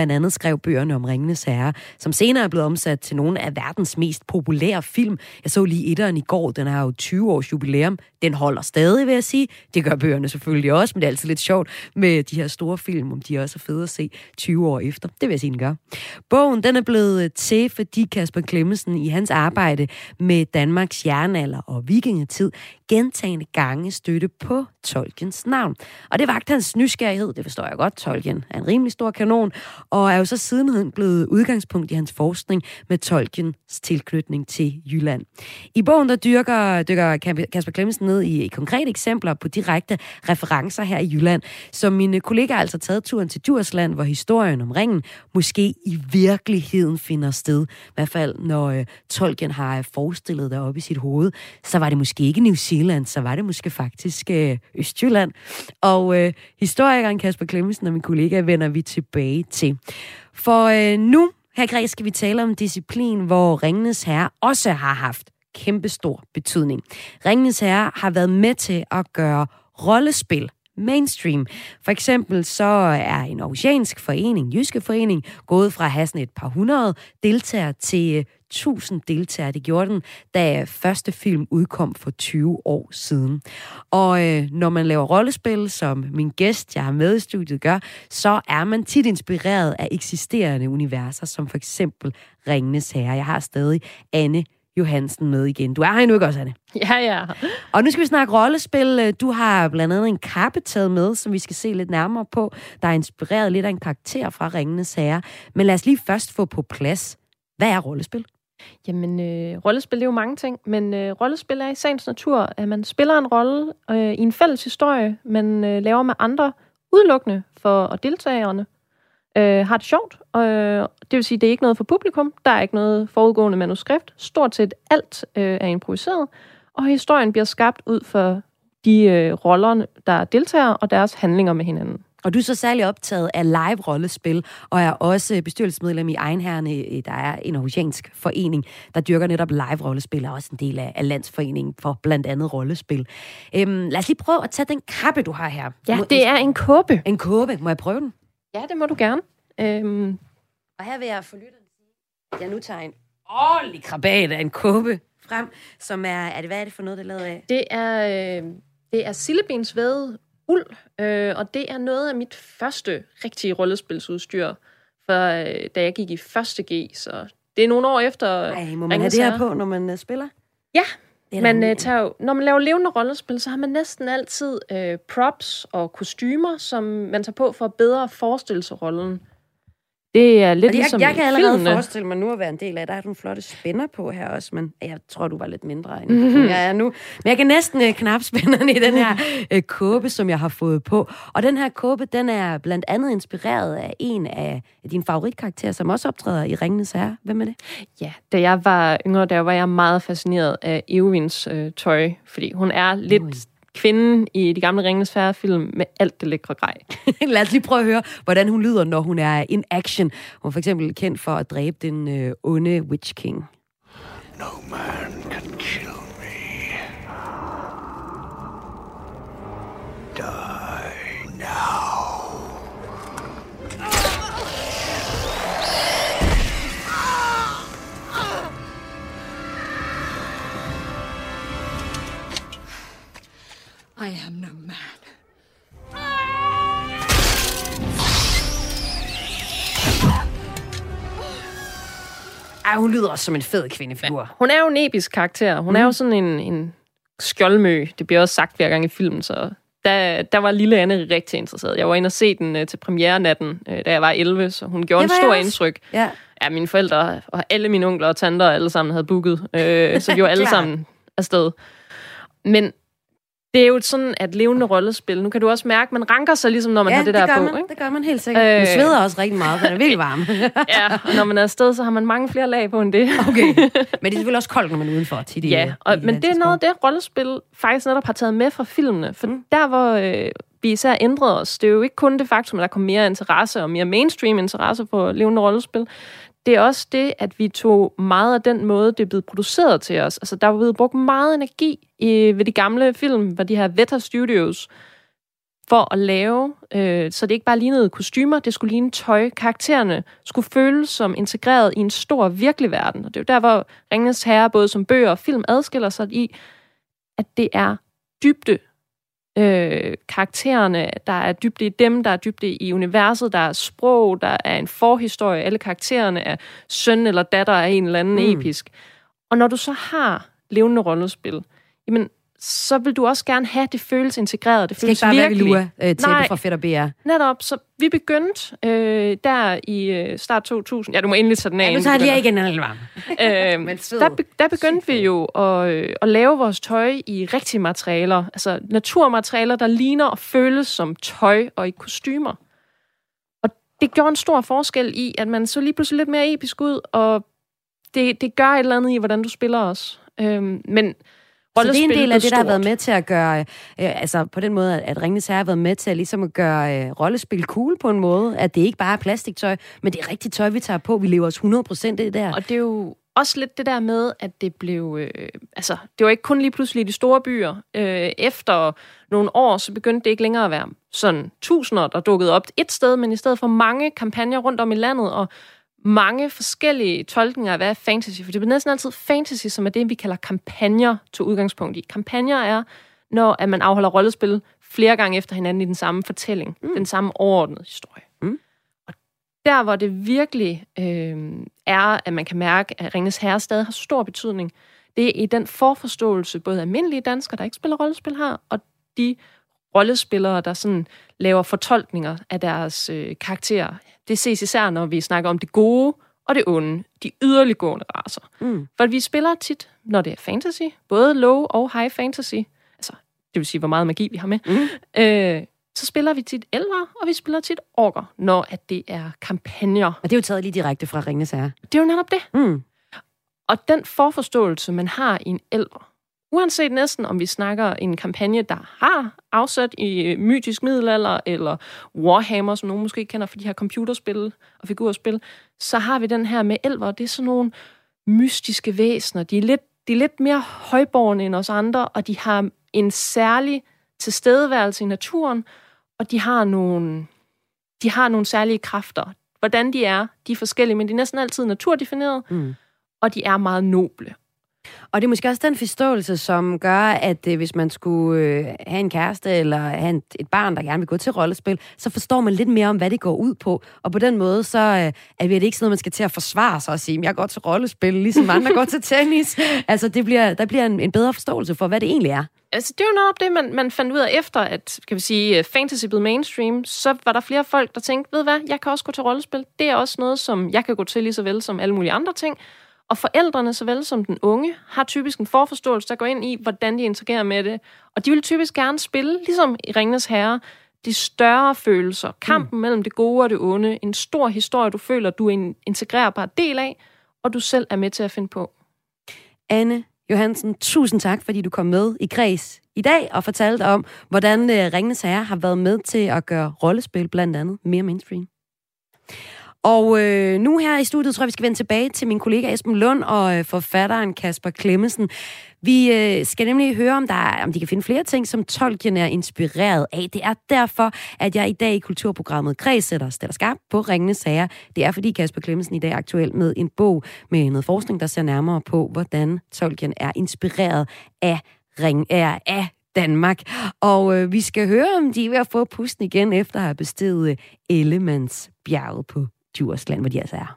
skrev bøgerne om Ringenes Herre, som senere er blevet omsat til nogle af verdens mest populære film. Jeg så lige etteren i går, den har jo tyve års jubilæum. Den holder stadig, vil jeg sige. Det gør bøgerne selvfølgelig også, men det er altid lidt sjovt med de her store film, om de også er fede at se tyve år efter. Det vil jeg sige, den gør. Bogen, den er blevet til, fordi Kasper Clemmensen i hans arbejde med Danmarks jernalder og vikingetid gentagende gange støtte på Tolkiens navn. Og det vagte hans nysgerrighed, det forstår jeg godt. Tolkien er en rimelig stor kanon, og er jo så sidenhen blevet udgangspunkt i hans forskning med Tolkiens tilknytning til Jylland. I bogen, der dyrker, dykker Kasper Clemmensen ned i konkrete eksempler på direkte referencer her i Jylland, som mine kollegaer altså taget turen til Djursland, hvor historien om ringen måske i virkeligheden finder sted. I hvert fald, når øh, Tolkien har forestillet deroppe i sit hoved, så var det måske ikke New Zealand, så var det måske faktisk øh, Østjylland. Og øh, historikeren Kasper Clemmensen og min kollega vender vi tilbage til. For øh, nu, her Græs, skal vi tale om disciplin, hvor Ringenes Herre også har haft kæmpestor betydning. Ringenes Herre har været med til at gøre rollespil mainstream. For eksempel så er en aarhusiansk forening, Jyske Forening, gået fra at have sådan et par hundrede deltagere til tusind deltagere. Det gjorde den, da første film udkom for tyve år siden. Og øh, når man laver rollespil, som min gæst, jeg har med i studiet, gør, så er man tit inspireret af eksisterende universer, som for eksempel Ringenes Herre. Jeg har stadig Anne Johansen med igen. Du er her endnu, ikke også, Anne? Ja, ja. Og nu skal vi snakke rollespil. Du har blandt andet en kappe taget med, som vi skal se lidt nærmere på. Der er inspireret lidt af en karakter fra Ringenes Herre. Men lad os lige først få på plads. Hvad er rollespil? Jamen, øh, rollespil er jo mange ting, men øh, rollespil er i sagens natur, at man spiller en rolle øh, i en fælles historie, man øh, laver med andre udelukkende for at deltagerne øh, har det sjovt. Øh, det vil sige, det er ikke noget for publikum, der er ikke noget forudgående manuskript. Stort set alt øh, er improviseret, og historien bliver skabt ud for de øh, roller, der deltager, og deres handlinger med hinanden. Og du er så særlig optaget af live-rollespil, og er også bestyrelsesmedlem i Egenherrene. Der er en aarhusiansk forening, der dyrker netop live-rollespil, og også en del af, af landsforeningen for blandt andet rollespil. Øhm, lad os lige prøve at tage den kappe, du har her. Ja, det er en kåbe. En kåbe. Må jeg prøve den? Ja, det må du gerne. Øhm. Og her vil jeg for lytteren sige, at jeg nu tager en ordentlig krabat af en kåbe frem, som er, er det, hvad er det for noget, det er lavet af? Det er, øh, det er sillebensvævet uld, øh, og det er noget af mit første rigtige rollespilsudstyr, for øh, da jeg gik i første G, så det er nogle år efter. Ej, må man have det her på, når man uh, spiller? Ja, man, uh, tager jo, når man laver levende rollespil, så har man næsten altid øh, props og kostymer, som man tager på for at bedre forestille sig rollen. Det er lidt jeg, ligesom jeg, jeg kan allerede filmene. forestille mig nu at være en del af. Der er nogle flotte spænder på her også, men jeg tror, du var lidt mindre end mm-hmm. jeg er nu. Men jeg kan næsten uh, knap spænderne i den her uh, kåbe, som jeg har fået på. Og den her kåbe, den er blandt andet inspireret af en af dine favoritkarakterer, som også optræder i Ringenes Herre. Hvem er det? Ja, da jeg var yngre, der var jeg meget fascineret af Eowins øh, tøj, fordi hun er lidt Ui. kvinden i de gamle Ringenes Herre-film med alt det lækre grej. Lad os lige prøve at høre, hvordan hun lyder, når hun er in action. Hun er for eksempel kendt for at dræbe den øh, onde Witch King. No man can kill me. Die now. I am no man. Ej, hun lyder også som en fed kvindefigur. Ja, hun er jo en episk karakter. Hun mm. er jo sådan en, en skjoldmø. Det bliver også sagt hver gang i filmen, så der, der var lille Anne rigtig interesseret. Jeg var inde og se den uh, til premiere-natten, uh, da jeg var elleve, så hun gjorde en stor indtryk. Ja. ja, mine forældre og alle mine onkler og tanter alle sammen havde booket, uh, så vi var alle sammen afsted. Men det er jo sådan, at levende rollespil, nu kan du også mærke, man ranker sig ligesom, når man ja, har det, det der på. Man. Ikke? det gør man helt sikkert. Øh, man sveder også rigtig meget, for det er virkelig varme. ja, og når man er afsted, så har man mange flere lag på end det. Okay, men det er selvfølgelig også koldt, når man er udenfor. Tit i, ja, og, i men det er noget, det rollespil faktisk netop har taget med fra filmene. For mm. der, hvor øh, vi især ændrede os, det er jo ikke kun det faktum, at der kom mere interesse og mere mainstream interesse for levende rollespil. Det er også det, at vi tog meget af den måde, det er blevet produceret til os. Altså, der var blevet brugt meget energi i, ved de gamle film, hvor de her Veta Studios for at lave, øh, så det ikke bare lignede kostymer, det skulle ligne tøj. Karaktererne skulle føles som integreret i en stor virkelig verden. Og det er jo der, hvor Ringenes Herre, både som bøger og film, adskiller sig i, at det er dybde. Øh, karaktererne, der er dybde i dem, der er dybde i universet, der er sprog, der er en forhistorie, alle karaktererne er søn eller datter af en eller anden mm. episk. Og når du så har levende rollespil, jamen, så vil du også gerne have, det føles integreret, det føles virkelig. Det skal ikke bare være, vi lurer øh, tæppe fra fedt og B R. Netop, så vi begyndte øh, der i øh, start to tusind. Ja, du må endelig tage den af. Ja, nu tager jeg lige igen, den er øh, der, be, der begyndte vi jo at, øh, at lave vores tøj i rigtige materialer. Altså naturmaterialer, der ligner og føles som tøj og i kostymer. Og det gjorde en stor forskel i, at man så lige pludselig lidt mere episk ud, og det, det gør et eller andet i, hvordan du spiller også. Øh, men så det er en del af det, der har været med til at gøre, øh, altså på den måde, at Ringenes Herre har været med til at, ligesom at gøre øh, rollespil cool på en måde, at det ikke bare er plastiktøj, men det er rigtigt tøj, vi tager på, vi lever os hundrede procent i det der. Og det er jo også lidt det der med, at det blev, øh, altså det var ikke kun lige pludselig i de store byer. Øh, efter nogle år, så begyndte det ikke længere at være sådan tusinder, der dukkede op et sted, men i stedet for mange kampagner rundt om i landet, og mange forskellige tolkninger af, hvad er fantasy. For det er næsten altid fantasy, som er det, vi kalder kampagner til udgangspunkt i. Kampagner er, når at man afholder rollespil flere gange efter hinanden i den samme fortælling. Mm. Den samme overordnede historie. Mm. Og der, hvor det virkelig øh, er, at man kan mærke, at Ringenes Herre stadig har stor betydning, det er i den forforståelse, både almindelige danskere, der ikke spiller rollespil har, og de rollespillere, der sådan laver fortolkninger af deres øh, karakterer. Det ses især, når vi snakker om det gode og det onde, de yderliggående racer. Mm. For vi spiller tit, når det er fantasy, både low og high fantasy, altså det vil sige, hvor meget magi vi har med, mm. øh, så spiller vi tit elver, og vi spiller tit orker, når at det er kampagner. Og det er jo taget lige direkte fra Ringenes Herre. Det er jo netop det. Mm. Og den forforståelse, man har i en elver, uanset næsten, om vi snakker en kampagne, der har afsat i mytisk middelalder, eller Warhammer, som nogen måske kender, for de her computerspil og figurspil, så har vi den her med elver. Det er sådan nogle mystiske væsener. De er lidt, de er lidt mere højborgne end os andre, og de har en særlig tilstedeværelse i naturen, og de har nogle, de har nogle særlige kræfter. Hvordan de er, de er forskellige, men de er næsten altid naturdefineret, mm. og de er meget noble. Og det er måske også den forståelse, som gør, at øh, hvis man skulle øh, have en kæreste eller have en, et barn, der gerne vil gå til rollespil, så forstår man lidt mere om, hvad det går ud på. Og på den måde, så øh, er det ikke sådan noget, man skal til at forsvare sig og sige, jeg går til rollespil, ligesom andre går til tennis. Altså, det bliver, der bliver en, en bedre forståelse for, hvad det egentlig er. Altså, det er jo nok det, man, man fandt ud af efter, at kan vi sige, fantasy blev mainstream, så var der flere folk, der tænkte, ved hvad, jeg kan også gå til rollespil. Det er også noget, som jeg kan gå til lige så vel som alle mulige andre ting. Og forældrene, såvel som den unge, har typisk en forforståelse, der går ind i, hvordan de interagerer med det. Og de vil typisk gerne spille, ligesom i Ringenes Herre, de større følelser. Kampen mm. mellem det gode og det onde. En stor historie, du føler, du er en integrerbar del af, og du selv er med til at finde på. Anne Johansen, tusind tak, fordi du kom med i Kreds i dag og fortalte om, hvordan Ringenes Herre har været med til at gøre rollespil blandt andet mere mainstream. Og øh, nu her i studiet tror jeg, vi skal vende tilbage til min kollega Esben Lund og øh, forfatteren Kasper Clemmensen. Vi øh, skal nemlig høre, om, der er, om de kan finde flere ting, som Tolkien er inspireret af. Det er derfor, at jeg i dag i kulturprogrammet Kreds sætter stiller skarp på Ringenes Herre. Det er, fordi Kasper Clemmensen i dag er aktuel med en bog med noget forskning, der ser nærmere på, hvordan Tolkien er inspireret af, ring, er, af Danmark. Og øh, vi skal høre, om de er ved at få pusten igen, efter at have besteget Ellemandsbjerget på Djursland, hvor de altså er.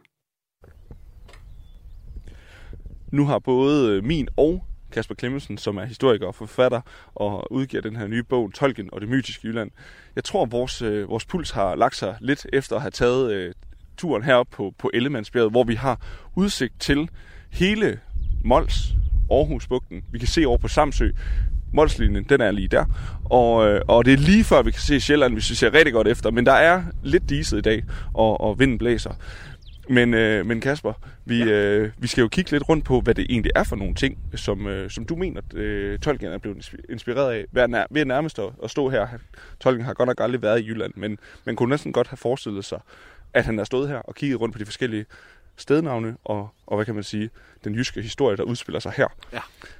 Nu har både min og Kasper Clemmensen, som er historiker og forfatter, og udgiver den her nye bog, Tolkien og det mytiske Jylland. Jeg tror, vores, øh, vores puls har lagt sig lidt efter at have taget øh, turen herop på, på Ellemandsbjerget, hvor vi har udsigt til hele Mols, Aarhusbugten. Vi kan se over på Samsø. Molslinjen, den er lige der. Og, øh, og det er lige før, vi kan se Sjælland, hvis vi ser rigtig godt efter. Men der er lidt diset i dag, og, og vinden blæser. Men, øh, men Kasper, vi, ja. øh, vi skal jo kigge lidt rundt på, hvad det egentlig er for nogle ting, som, øh, som du mener, at øh, Tolkien er blevet inspireret af. Ved, nær, ved nærmest at, at stå her. Tolkien har godt nok aldrig været i Jylland, men man kunne næsten godt have forestillet sig, at han er stået her og kigget rundt på de forskellige stednavne, og, og hvad kan man sige, den jyske historie, der udspiller sig her. Ja.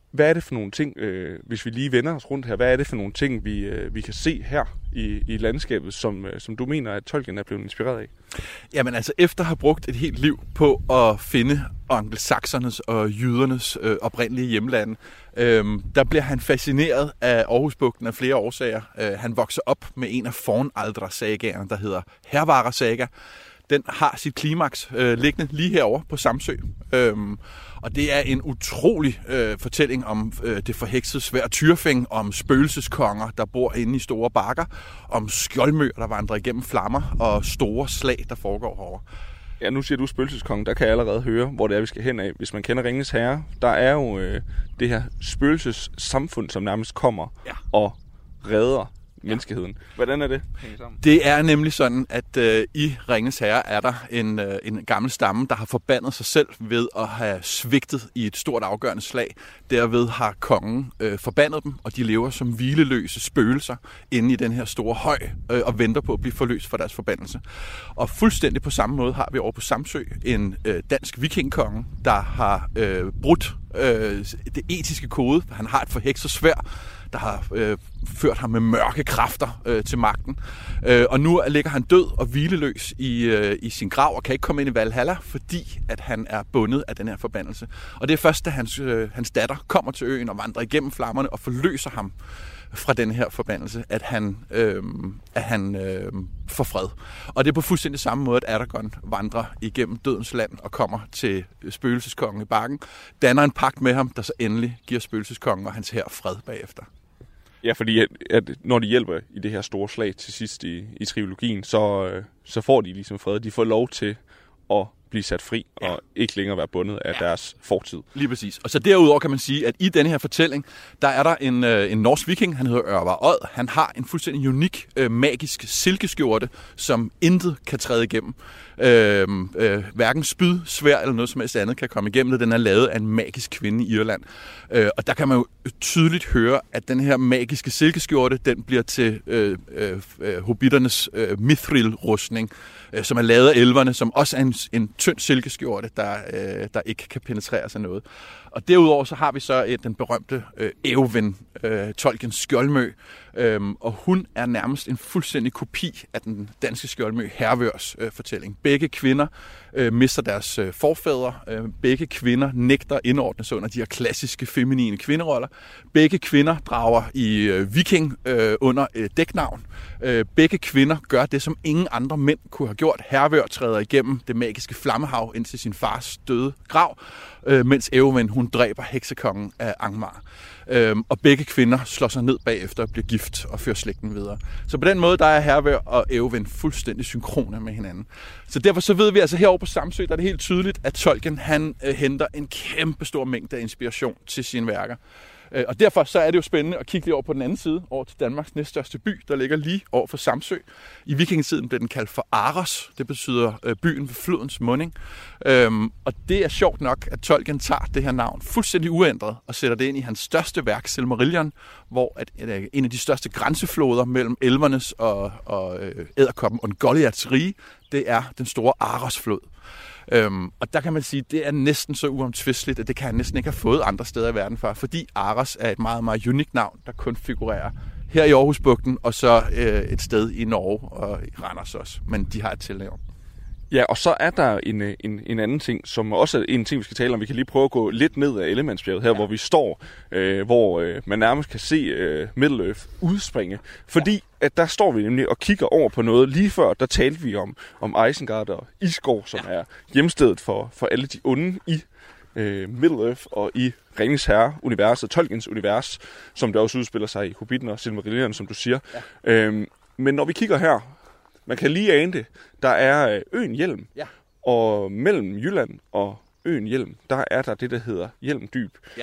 hvad er det for nogle ting, øh, hvis vi lige vender os rundt her, hvad er det for nogle ting, vi, øh, vi kan se her i, i landskabet, som, øh, som du mener, at Tolkien er blevet inspireret af? Jamen altså, efter at have brugt et helt liv på at finde angelsaksernes og jydernes øh, oprindelige hjemlande, øh, der bliver han fascineret af Aarhusbugten af flere årsager. Øh, han vokser op med en af Fornaldra-sagaerne, der hedder Hervara-saga. Den har sit klimaks øh, liggende lige herovre på Samsø. Øhm, og det er en utrolig øh, fortælling om øh, det forheksede sværd Tyrfing, om spøgelseskonger, der bor inde i store bakker, om skjoldmøer, der vandrer igennem flammer, og store slag, der foregår herovre. Ja, nu siger du spøgelseskongen, der kan jeg allerede høre, hvor det er, vi skal hen af. Hvis man kender Ringenes Herre, der er jo øh, det her spøgelsessamfund, som nærmest kommer ja. og redder menneskeheden. Hvordan er det? Det er nemlig sådan, at øh, i Ringenes Herre er der en, øh, en gammel stamme, der har forbandet sig selv ved at have svigtet i et stort afgørende slag. Derved har kongen øh, forbandet dem, og de lever som hvileløse spøgelser inde i den her store høj øh, og venter på at blive forløst fra deres forbandelse. Og fuldstændig på samme måde har vi over på Samsø en øh, dansk vikingkonge, der har øh, brudt øh, det etiske kode. Han har et forhekset sværd, der har øh, ført ham med mørke kræfter øh, til magten. Øh, og nu ligger han død og hvileløs i, øh, i sin grav og kan ikke komme ind i Valhalla, fordi at han er bundet af den her forbandelse. Og det er først, da hans, øh, hans datter kommer til øen og vandrer igennem flammerne og forløser ham fra den her forbandelse, at han, øh, at han øh, får fred. Og det er på fuldstændig samme måde, at Aragorn vandrer igennem dødens land og kommer til spøgelseskongen i bakken, danner en pagt med ham, der så endelig giver spøgelseskongen og hans hær fred bagefter. Ja, fordi at, at når de hjælper i det her store slag til sidst i, i trilogien, så, øh, så får de ligesom fred. De får lov til at blive sat fri ja. og ikke længere være bundet af ja. deres fortid. Lige præcis. Og så derudover kan man sige, at i denne her fortælling, der er der en, øh, en norsk viking, han hedder Ørvar Odd. Han har en fuldstændig unik, øh, magisk silkeskjorte, som intet kan træde igennem. Øh, øh, hverken spyd, sværd eller noget som helst andet kan komme igennem det. Den er lavet af en magisk kvinde i Irland. Øh, og der kan man jo tydeligt høre, at den her magiske silkeskjorte, den bliver til øh, øh, hobbiternes øh, mithril-rustning, øh, som er lavet af elverne, som også er en, en tynd silkeskjorte, der, øh, der ikke kan penetreres af noget. Og derudover så har vi så et, den berømte øh, Éowyn, øh, Tolkiens skjoldmø, øhm, og hun er nærmest en fuldstændig kopi af den danske skjoldmø Hervørs øh, fortælling. Begge kvinder øh, mister deres øh, forfædre. Øh, begge kvinder nægter indordne sig under de her klassiske feminine kvinderoller. Begge kvinder drager i øh, viking øh, under øh, dæknavn. Øh, begge kvinder gør det, som ingen andre mænd kunne have gjort. Hervør træder igennem det magiske flammehav ind til sin fars døde grav, øh, mens Éowyn, hun dræber heksekongen af Angmar. Øhm, og begge kvinder slår sig ned bagefter og bliver gift og fører slægten videre. Så på den måde, der er Hervør og Éowyn fuldstændig synkrone med hinanden. Så derfor så ved vi altså herovre på Samsø, der er det helt tydeligt, at Tolkien han øh, henter en kæmpe stor mængde af inspiration til sine værker. Øh, og derfor så er det jo spændende at kigge lige over på den anden side, over til Danmarks næststørste by, der ligger lige over for Samsø. I vikingetiden blev den kaldt for Aros. Det betyder øh, byen ved flodens munding. Øhm, og det er sjovt nok, at Tolkien tager det her navn fuldstændig uændret og sætter det ind i hans største værk, Silmarillion, hvor at, at en af de største grænsefloder mellem elvernes og, og øh, edderkoppen Ungoliaths rige, det er den store Arosflod. Øhm, og der kan man sige, at det er næsten så uomtvisteligt, at det kan han næsten ikke have fået andre steder i verden før, fordi Aros er et meget, meget unikt navn, der kun figurerer her i Aarhusbugten, og så øh, et sted i Norge og i Randers også, men de har et tilnavn. Ja, og så er der en, en, en anden ting, som også er en ting, vi skal tale om. Vi kan lige prøve at gå lidt ned af Ellemandsbjerget her, ja. hvor vi står, øh, hvor øh, man nærmest kan se øh, Middle-earth udspringe. Fordi ja. at der står vi nemlig og kigger over på noget. Lige før, der talte vi om, om Isengard og Isgård, som ja. er hjemstedet for, for alle de onde i øh, Middle-earth og i Ringenes Herre-universet, Tolkiens univers, som der også udspiller sig i Hobbiten og Silmarillion, som du siger. Ja. Øhm, men når vi kigger her, man kan lige ane det. Der er øen Hjelm, ja. og mellem Jylland og øen Hjelm, der er der det, der hedder Hjelm Dyb. Ja.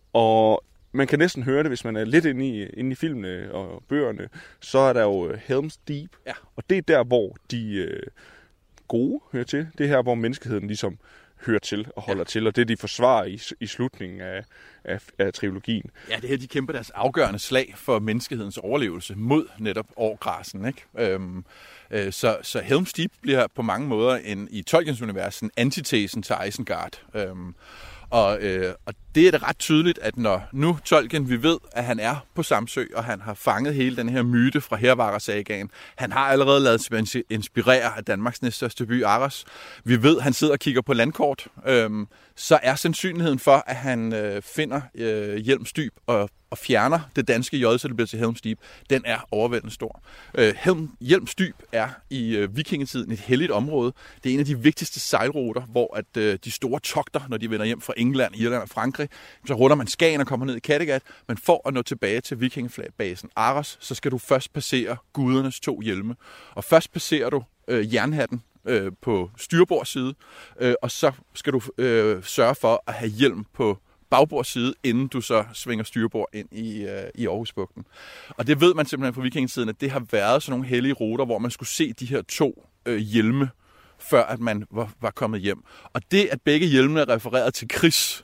Og man kan næsten høre det, hvis man er lidt inde i, inde i filmene og bøgerne, så er der jo Helm's Deep. Ja. Og det er der, hvor de øh, gode hører til. Det er her, hvor menneskeheden ligesom hører til og holder ja. til, og det de forsvarer i, i slutningen af, af, af trilogien. Ja, det her, de kæmper deres afgørende slag for menneskehedens overlevelse mod netop årgræsen, ikke? Øhm, øh, så, så Helm's Deep bliver på mange måder en, i Tolkiens univers en antitesen til Isengard. Øhm, Og, øh, og det er det ret tydeligt, at når nu Tolkien, vi ved, at han er på Samsø, og han har fanget hele den her myte fra Hervarer-sagaen. Han har allerede lavet sig inspirere af Danmarks næststørste by, Aros. Vi ved, at han sidder og kigger på landkort. Øhm, så er sandsynligheden for, at han øh, finder øh, Helms Dyb og, og fjerner det danske J, så det bliver til Helms Deep, den er overvældende stor. Øh, Helm, Helms Dyb er i øh, vikingetiden et helligt område. Det er en af de vigtigste sejlruter, hvor at, øh, de store togter, når de vender hjem fra England, Irland og Frankrig, så runder man Skagen og kommer ned i Kattegat, men for at nå tilbage til vikingeflagbasen Aros, så skal du først passere gudernes to hjelme. Og først passerer du øh, jernhatten øh, på styrbord side, øh, og så skal du øh, sørge for at have hjelm på bagbord side, inden du så svinger styrbord ind i, øh, i Aarhusbugten. Og det ved man simpelthen fra vikingetiden, at det har været sådan nogle hellige ruter, hvor man skulle se de her to øh, hjelme, før at man var, var kommet hjem. Og det, at begge hjelmene er refereret til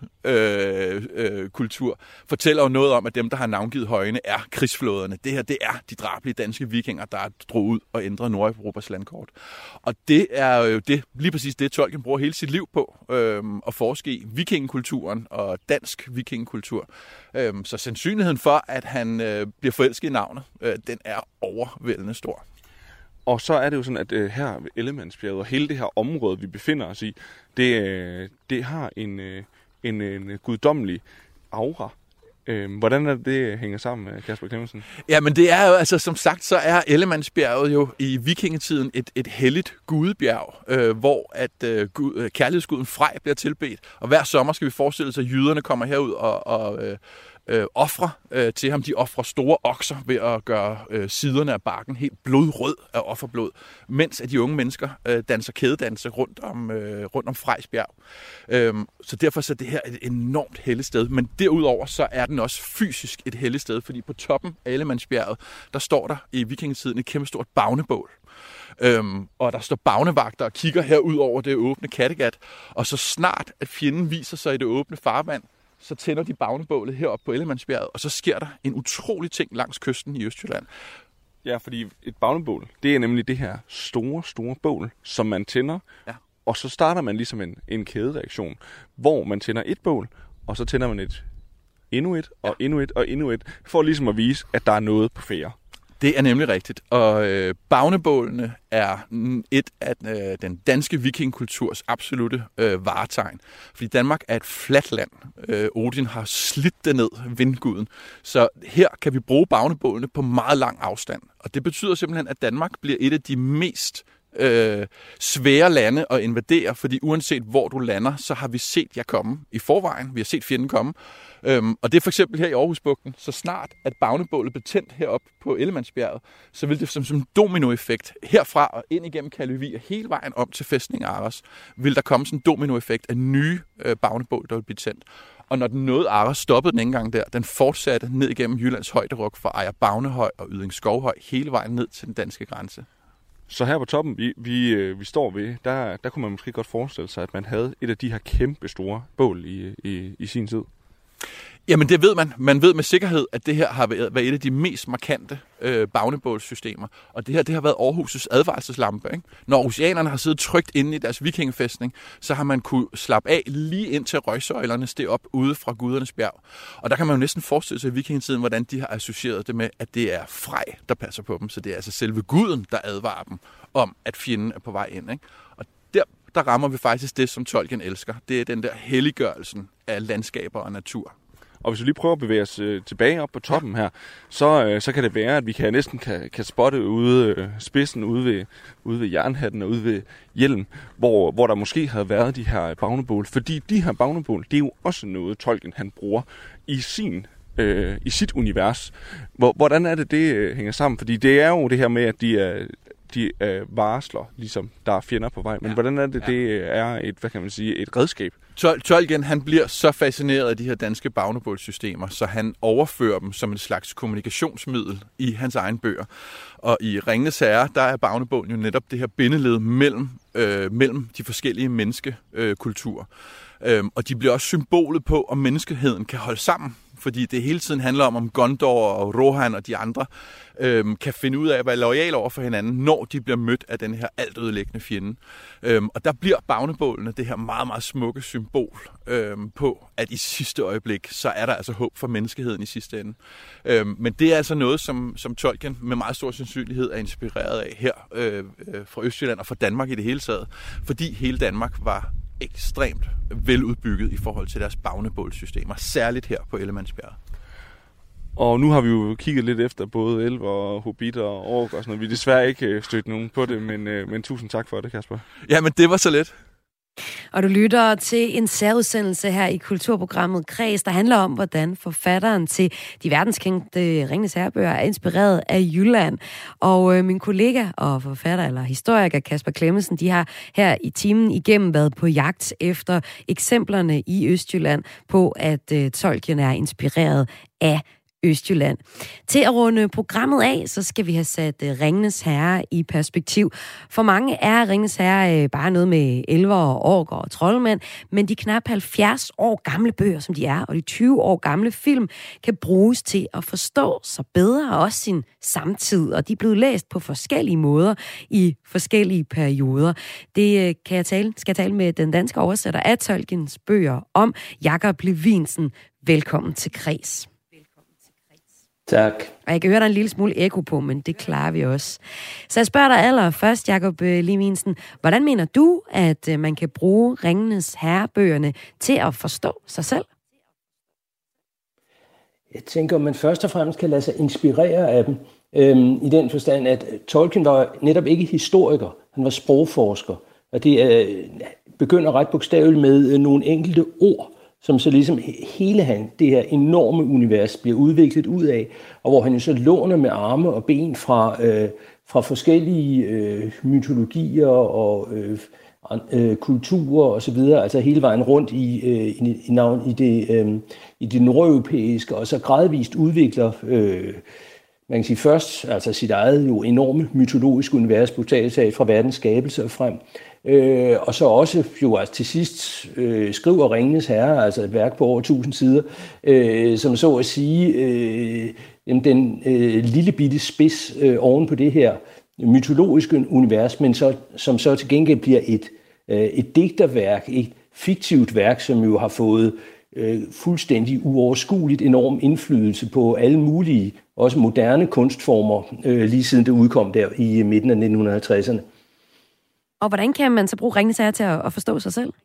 krigskultur, øh, øh, fortæller jo noget om, at dem, der har navngivet højene, er krigsflåderne. Det her, det er de drabelige danske vikinger, der er drog ud og ændret Nordeuropas landkort. Og det er jo det, lige præcis det, Tolkien bruger hele sit liv på, øh, at forske i vikingekulturen og dansk vikingekultur. Øh, så sandsynligheden for, at han øh, bliver forelsket i navnet, øh, den er overvældende stor. Og så er det jo sådan, at øh, her ved Ellemandsbjerget og hele det her område, vi befinder os i, det, øh, det har en, øh, en, en guddommelig aura. Øh, hvordan er det, det hænger sammen, Kasper Clemmensen? Ja, men det er jo, altså som sagt, så er Ellemandsbjerget jo i vikingetiden et, et helligt gudebjerg, øh, hvor at øh, gud, kærlighedsguden Frej bliver tilbedt. Og hver sommer skal vi forestille os, at jyderne kommer herud og, og øh, øh, ofre øh, til ham. De ofrer store okser ved at gøre øh, siderne af bakken helt blodrød af offerblod, mens at de unge mennesker øh, danser kædedanse rundt om, øh, rundt om Frejsbjerg. Øh, så derfor så er det her et enormt helligt sted. Men derudover så er den også fysisk et helligt sted, fordi på toppen af Ellemandsbjerget, der står der i vikingetiden et kæmpe stort bagnebål. Øhm, og der står bagnevagter og kigger her ud over det åbne Kattegat. Og så snart at fjenden viser sig i det åbne farvand, så tænder de bagnebålet heroppe på Ellemandsbjerget, og så sker der en utrolig ting langs kysten i Østjylland. Ja, fordi et bagnebål, det er nemlig det her store, store bål, som man tænder, ja. Og så starter man ligesom en, en kædereaktion, hvor man tænder et bål, og så tænder man et endnu et, og ja. endnu et, og endnu et, for ligesom at vise, at der er noget på færde. Det er nemlig rigtigt, og øh, bagnebålene er et af øh, den danske vikingkulturs absolutte øh, varetegn. Fordi Danmark er et fladt land. Øh, Odin har slidt det ned, vindguden. Så her kan vi bruge bagnebålene på meget lang afstand. Og det betyder simpelthen, at Danmark bliver et af de mest øh, svære lande at invadere, fordi uanset hvor du lander, så har vi set jer komme i forvejen. Vi har set fjenden komme. Øhm, og det er for eksempel her i Aarhusbugten, så snart at bagnebålet blev tændt heroppe på Ellemandsbjerget, så vil det som, som en dominoeffekt herfra og ind igennem Kaløvig og hele vejen om til fæstning Aros, vil der komme sådan en dominoeffekt af nye øh, bagnebål, der vil blive tændt. Og når den nåede Aros, stoppede den ikke engang der. Den fortsatte ned igennem Jyllands højderug fra Ejer Bagnehøj og Yding Skovhøj hele vejen ned til den danske grænse. Så her på toppen, vi, vi, vi står ved, der, der kunne man måske godt forestille sig, at man havde et af de her kæmpe store bål i, i, i sin tid. Jamen det ved man. Man ved med sikkerhed, at det her har været, været et af de mest markante øh, bagnebålssystemer. Og det her det har været Aarhus' advarselslampe. Ikke? Når aarhusianerne har siddet trygt inde i deres vikingefæstning, så har man kunne slappe af lige ind til røgsøjlerne steg op ude fra gudernes bjerg. Og der kan man jo næsten forestille sig i vikingetiden, hvordan de har associeret det med, at det er Frej, der passer på dem. Så det er altså selve guden, der advarer dem om, at fjenden er på vej ind. Ikke? Og der, der rammer vi faktisk det, som Tolkien elsker. Det er den der helliggørelsen af landskaber og natur. Og hvis vi lige prøver at bevæge os øh, tilbage op på toppen her, så, øh, så kan det være, at vi kan næsten kan, kan spotte ude øh, spidsen ude ved, ude ved jernhatten og ude ved hjelm, hvor, hvor der måske havde været de her bagnebål. Fordi de her bagnebål, det er jo også noget, Tolkien han bruger i sin øh, i sit univers. Hvor, hvordan er det, det øh, hænger sammen? Fordi det er jo det her med, at de er... de øh, varsler, ligesom der er fjender på vej. Men ja. hvordan er det, ja. det er et, hvad kan man sige, et redskab? Tolkien, han bliver så fascineret af de her danske bagnebålssystemer, så han overfører dem som et slags kommunikationsmiddel i hans egen bøger. Og i Ringenes Herre, der er bagnebålen jo netop det her bindeled mellem, øh, mellem de forskellige menneskekulturer. Øh, øhm, og de bliver også symbolet på, om menneskeheden kan holde sammen. fordi det hele tiden handler om, om Gondor og Rohan og de andre øhm, kan finde ud af at være loyale over for hinanden, når de bliver mødt af den her altødelæggende fjende. Øhm, og der bliver Bavnebålene det her meget, meget smukke symbol øhm, på, at i sidste øjeblik, så er der altså håb for menneskeheden i sidste ende. Øhm, men det er altså noget, som, som Tolkien med meget stor sandsynlighed er inspireret af her øh, øh, fra Østjylland og fra Danmark i det hele taget, fordi hele Danmark var ekstremt veludbygget i forhold til deres bavnebålssystemer, særligt her på Ellemannsbjerget. Og nu har vi jo kigget lidt efter både elver og hobbiter og ork og sådan noget. Vi er desværre ikke stødt nogen på det, men, men tusind tak for det, Kasper. Ja, men det var så let. Og du lytter til en særudsendelse her i kulturprogrammet Kreds, der handler om, hvordan forfatteren til de verdenskendte Ringenes Herrebøger er inspireret af Jylland. Og øh, min kollega og forfatter, eller historiker Kasper Clemmensen, de har her i timen igennem været på jagt efter eksemplerne i Østjylland på, at øh, Tolkien er inspireret af Østjylland. Til at runde programmet af, så skal vi have sat Ringenes Herre i perspektiv. For mange er Ringenes Herre bare noget med elver og orker og troldmænd, men de knap halvfjerds år gamle bøger, som de er, og de tyve år gamle film, kan bruges til at forstå sig bedre, og også sin samtid, og de er blevet læst på forskellige måder i forskellige perioder. Det kan jeg tale, skal jeg tale med den danske oversætter af Tolkiens bøger om, Jakob Levinsen. Velkommen til Kreds. Tak. Og jeg kan høre, der er en lille smule ekko på, men det klarer vi også. Så jeg spørger dig allerførst, Jakob Levinsen, hvordan mener du, at man kan bruge Ringenes Herrebøgerne til at forstå sig selv? Jeg tænker, at man først og fremmest kan lade sig inspirere af dem, øhm, i den forstand, at Tolkien var netop ikke historiker, han var sprogforsker, og det øh, begynder ret bogstaveligt med øh, nogle enkelte ord, som så ligesom hele han, det her enorme univers bliver udviklet ud af, og hvor han jo så låner med arme og ben fra, øh, fra forskellige øh, mytologier og øh, øh, kulturer og så videre, altså hele vejen rundt i, øh, i, i, navn, i, det, øh, i det nordeuropæiske, og så gradvist udvikler øh, man kan sige først, altså sit eget jo enorme mytologiske univers, bogstaveligt fra verdens skabelse og frem. Øh, og så også jo altså til sidst øh, skriver Ringenes Herre, altså et værk på over tusind sider, øh, som så at sige øh, den øh, lille bitte spids øh, oven på det her mytologiske univers, men så, som så til gengæld bliver et, øh, et digterværk, et fiktivt værk, som jo har fået øh, fuldstændig uoverskueligt enorm indflydelse på alle mulige, også moderne kunstformer, øh, lige siden det udkom der i midten af nitten halvtredserne. Og hvordan kan man så bruge Ringenes Herre til at, at forstå sig selv?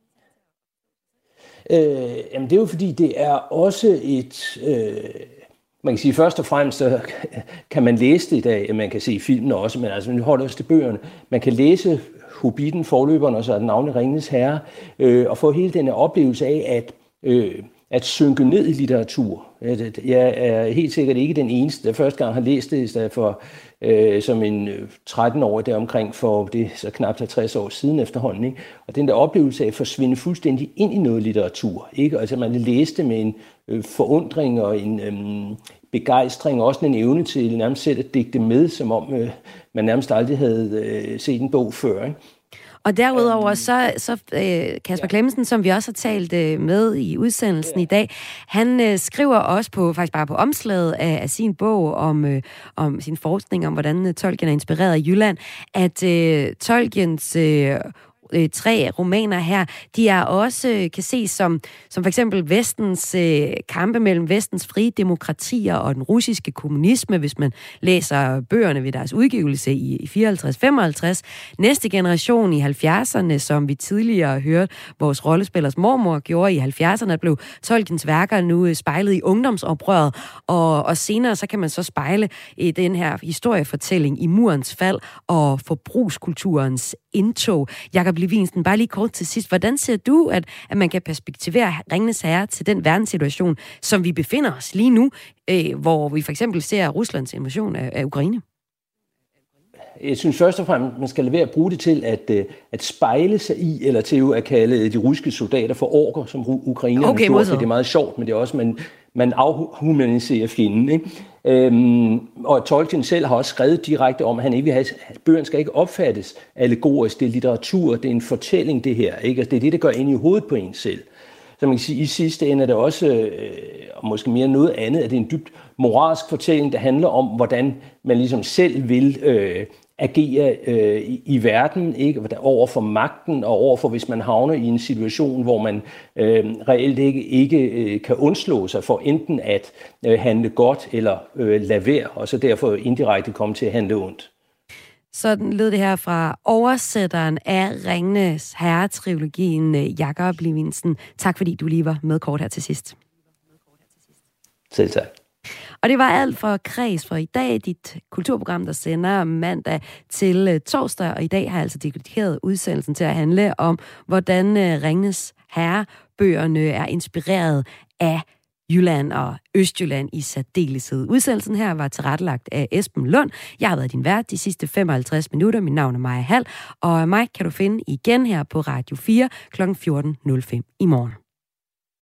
Øh, jamen det er jo fordi, det er også et... Øh, man kan sige, først og fremmest, så kan man læse det i dag, man kan se filmen også, men altså, man holder også til bøgerne. Man kan læse Hobbiten, forløberen, og så er den navne Ringenes Herre, øh, og få hele den her oplevelse af, at... Øh, at synke ned i litteratur. Jeg er helt sikkert ikke den eneste, der første gang har læst det, i stedet for øh, som en tretten-årig deromkring for det så knap halvtreds år siden efterhånden. Ikke? Og den der oplevelse af at forsvinde fuldstændig ind i noget litteratur. Ikke? Altså man læste med en øh, forundring og en øh, begejstring, og også en evne til nærmest selv at digte med, som om øh, man nærmest aldrig havde øh, set en bog før. Ikke? Og derudover så, så øh, Kasper Clemmensen, som vi også har talt øh, med i udsendelsen i dag, han øh, skriver også på faktisk bare på omslaget af, af sin bog om, øh, om sin forskning om, hvordan øh, Tolkien er inspireret af Jylland, at øh, Tolkiens øh, øh, tre romaner her, de er også øh, kan ses som, som for eksempel vestens øh, kampe mellem vestens frie demokratier og den russiske kommunisme, hvis man læser bøgerne ved deres udgivelse i, i fireoghalvtreds femoghalvtreds. Næste generation i halvfjerdserne, som vi tidligere hørte vores rollespillers mormor gjorde i halvfjerdserne, blev Tolkiens værker nu øh, spejlet i ungdomsoprøret, og, og senere så kan man så spejle i den her historiefortælling i Murens fald og forbrugskulturens indtog. Jakob Levinsen, bare lige kort til sidst. Hvordan ser du, at, at man kan perspektivere Ringenes Herre til den verdenssituation, som vi befinder os lige nu, øh, hvor vi for eksempel ser Ruslands invasion af, af Ukraine? Jeg synes først og fremmest, man skal lade være at bruge det til at, at spejle sig i, eller til at kalde de russiske soldater for orker, som ukrainerne okay, gjorde. Det er meget sjovt, men det er også, man, man afhumaniserer fjenden. Ikke? Øhm, og Tolkien selv har også skrevet direkte om, at han ikke vil have, at bøgerne skal ikke opfattes allegorisk. Det er litteratur, det er en fortælling, det her. Ikke? Altså, det er det, der gør ind i hovedet på en selv. Så Så man kan sige, at i sidste ende er det også, øh, og måske mere noget andet, at det er en dybt moralsk fortælling, der handler om, hvordan man ligesom selv vil øh, agere øh, i, i verden, ikke? Over for magten og over for, hvis man havner i en situation, hvor man øh, reelt ikke, ikke øh, kan undslå sig for enten at øh, handle godt eller øh, lade være, og så derfor indirekte komme til at handle ondt. Sådan lød det her fra oversætteren af Ringenes Herre-trilogien, Jakob Levinsen. Tak fordi du lige var med kort her til sidst. Selv tak. Og det var alt for Kreds for i dag, dit kulturprogram, der sender mandag til torsdag. Og i dag har jeg altså dedikeret udsendelsen til at handle om, hvordan Ringenes Herre-bøgerne er inspireret af Jylland og Østjylland i særdeleshed. Udsendelsen her var tilrettelagt af Esben Lund. Jeg har været din vært de sidste femoghalvtreds minutter. Mit navn er Maja Hall, og mig kan du finde igen her på Radio fire klokken fjorten nul fem i morgen.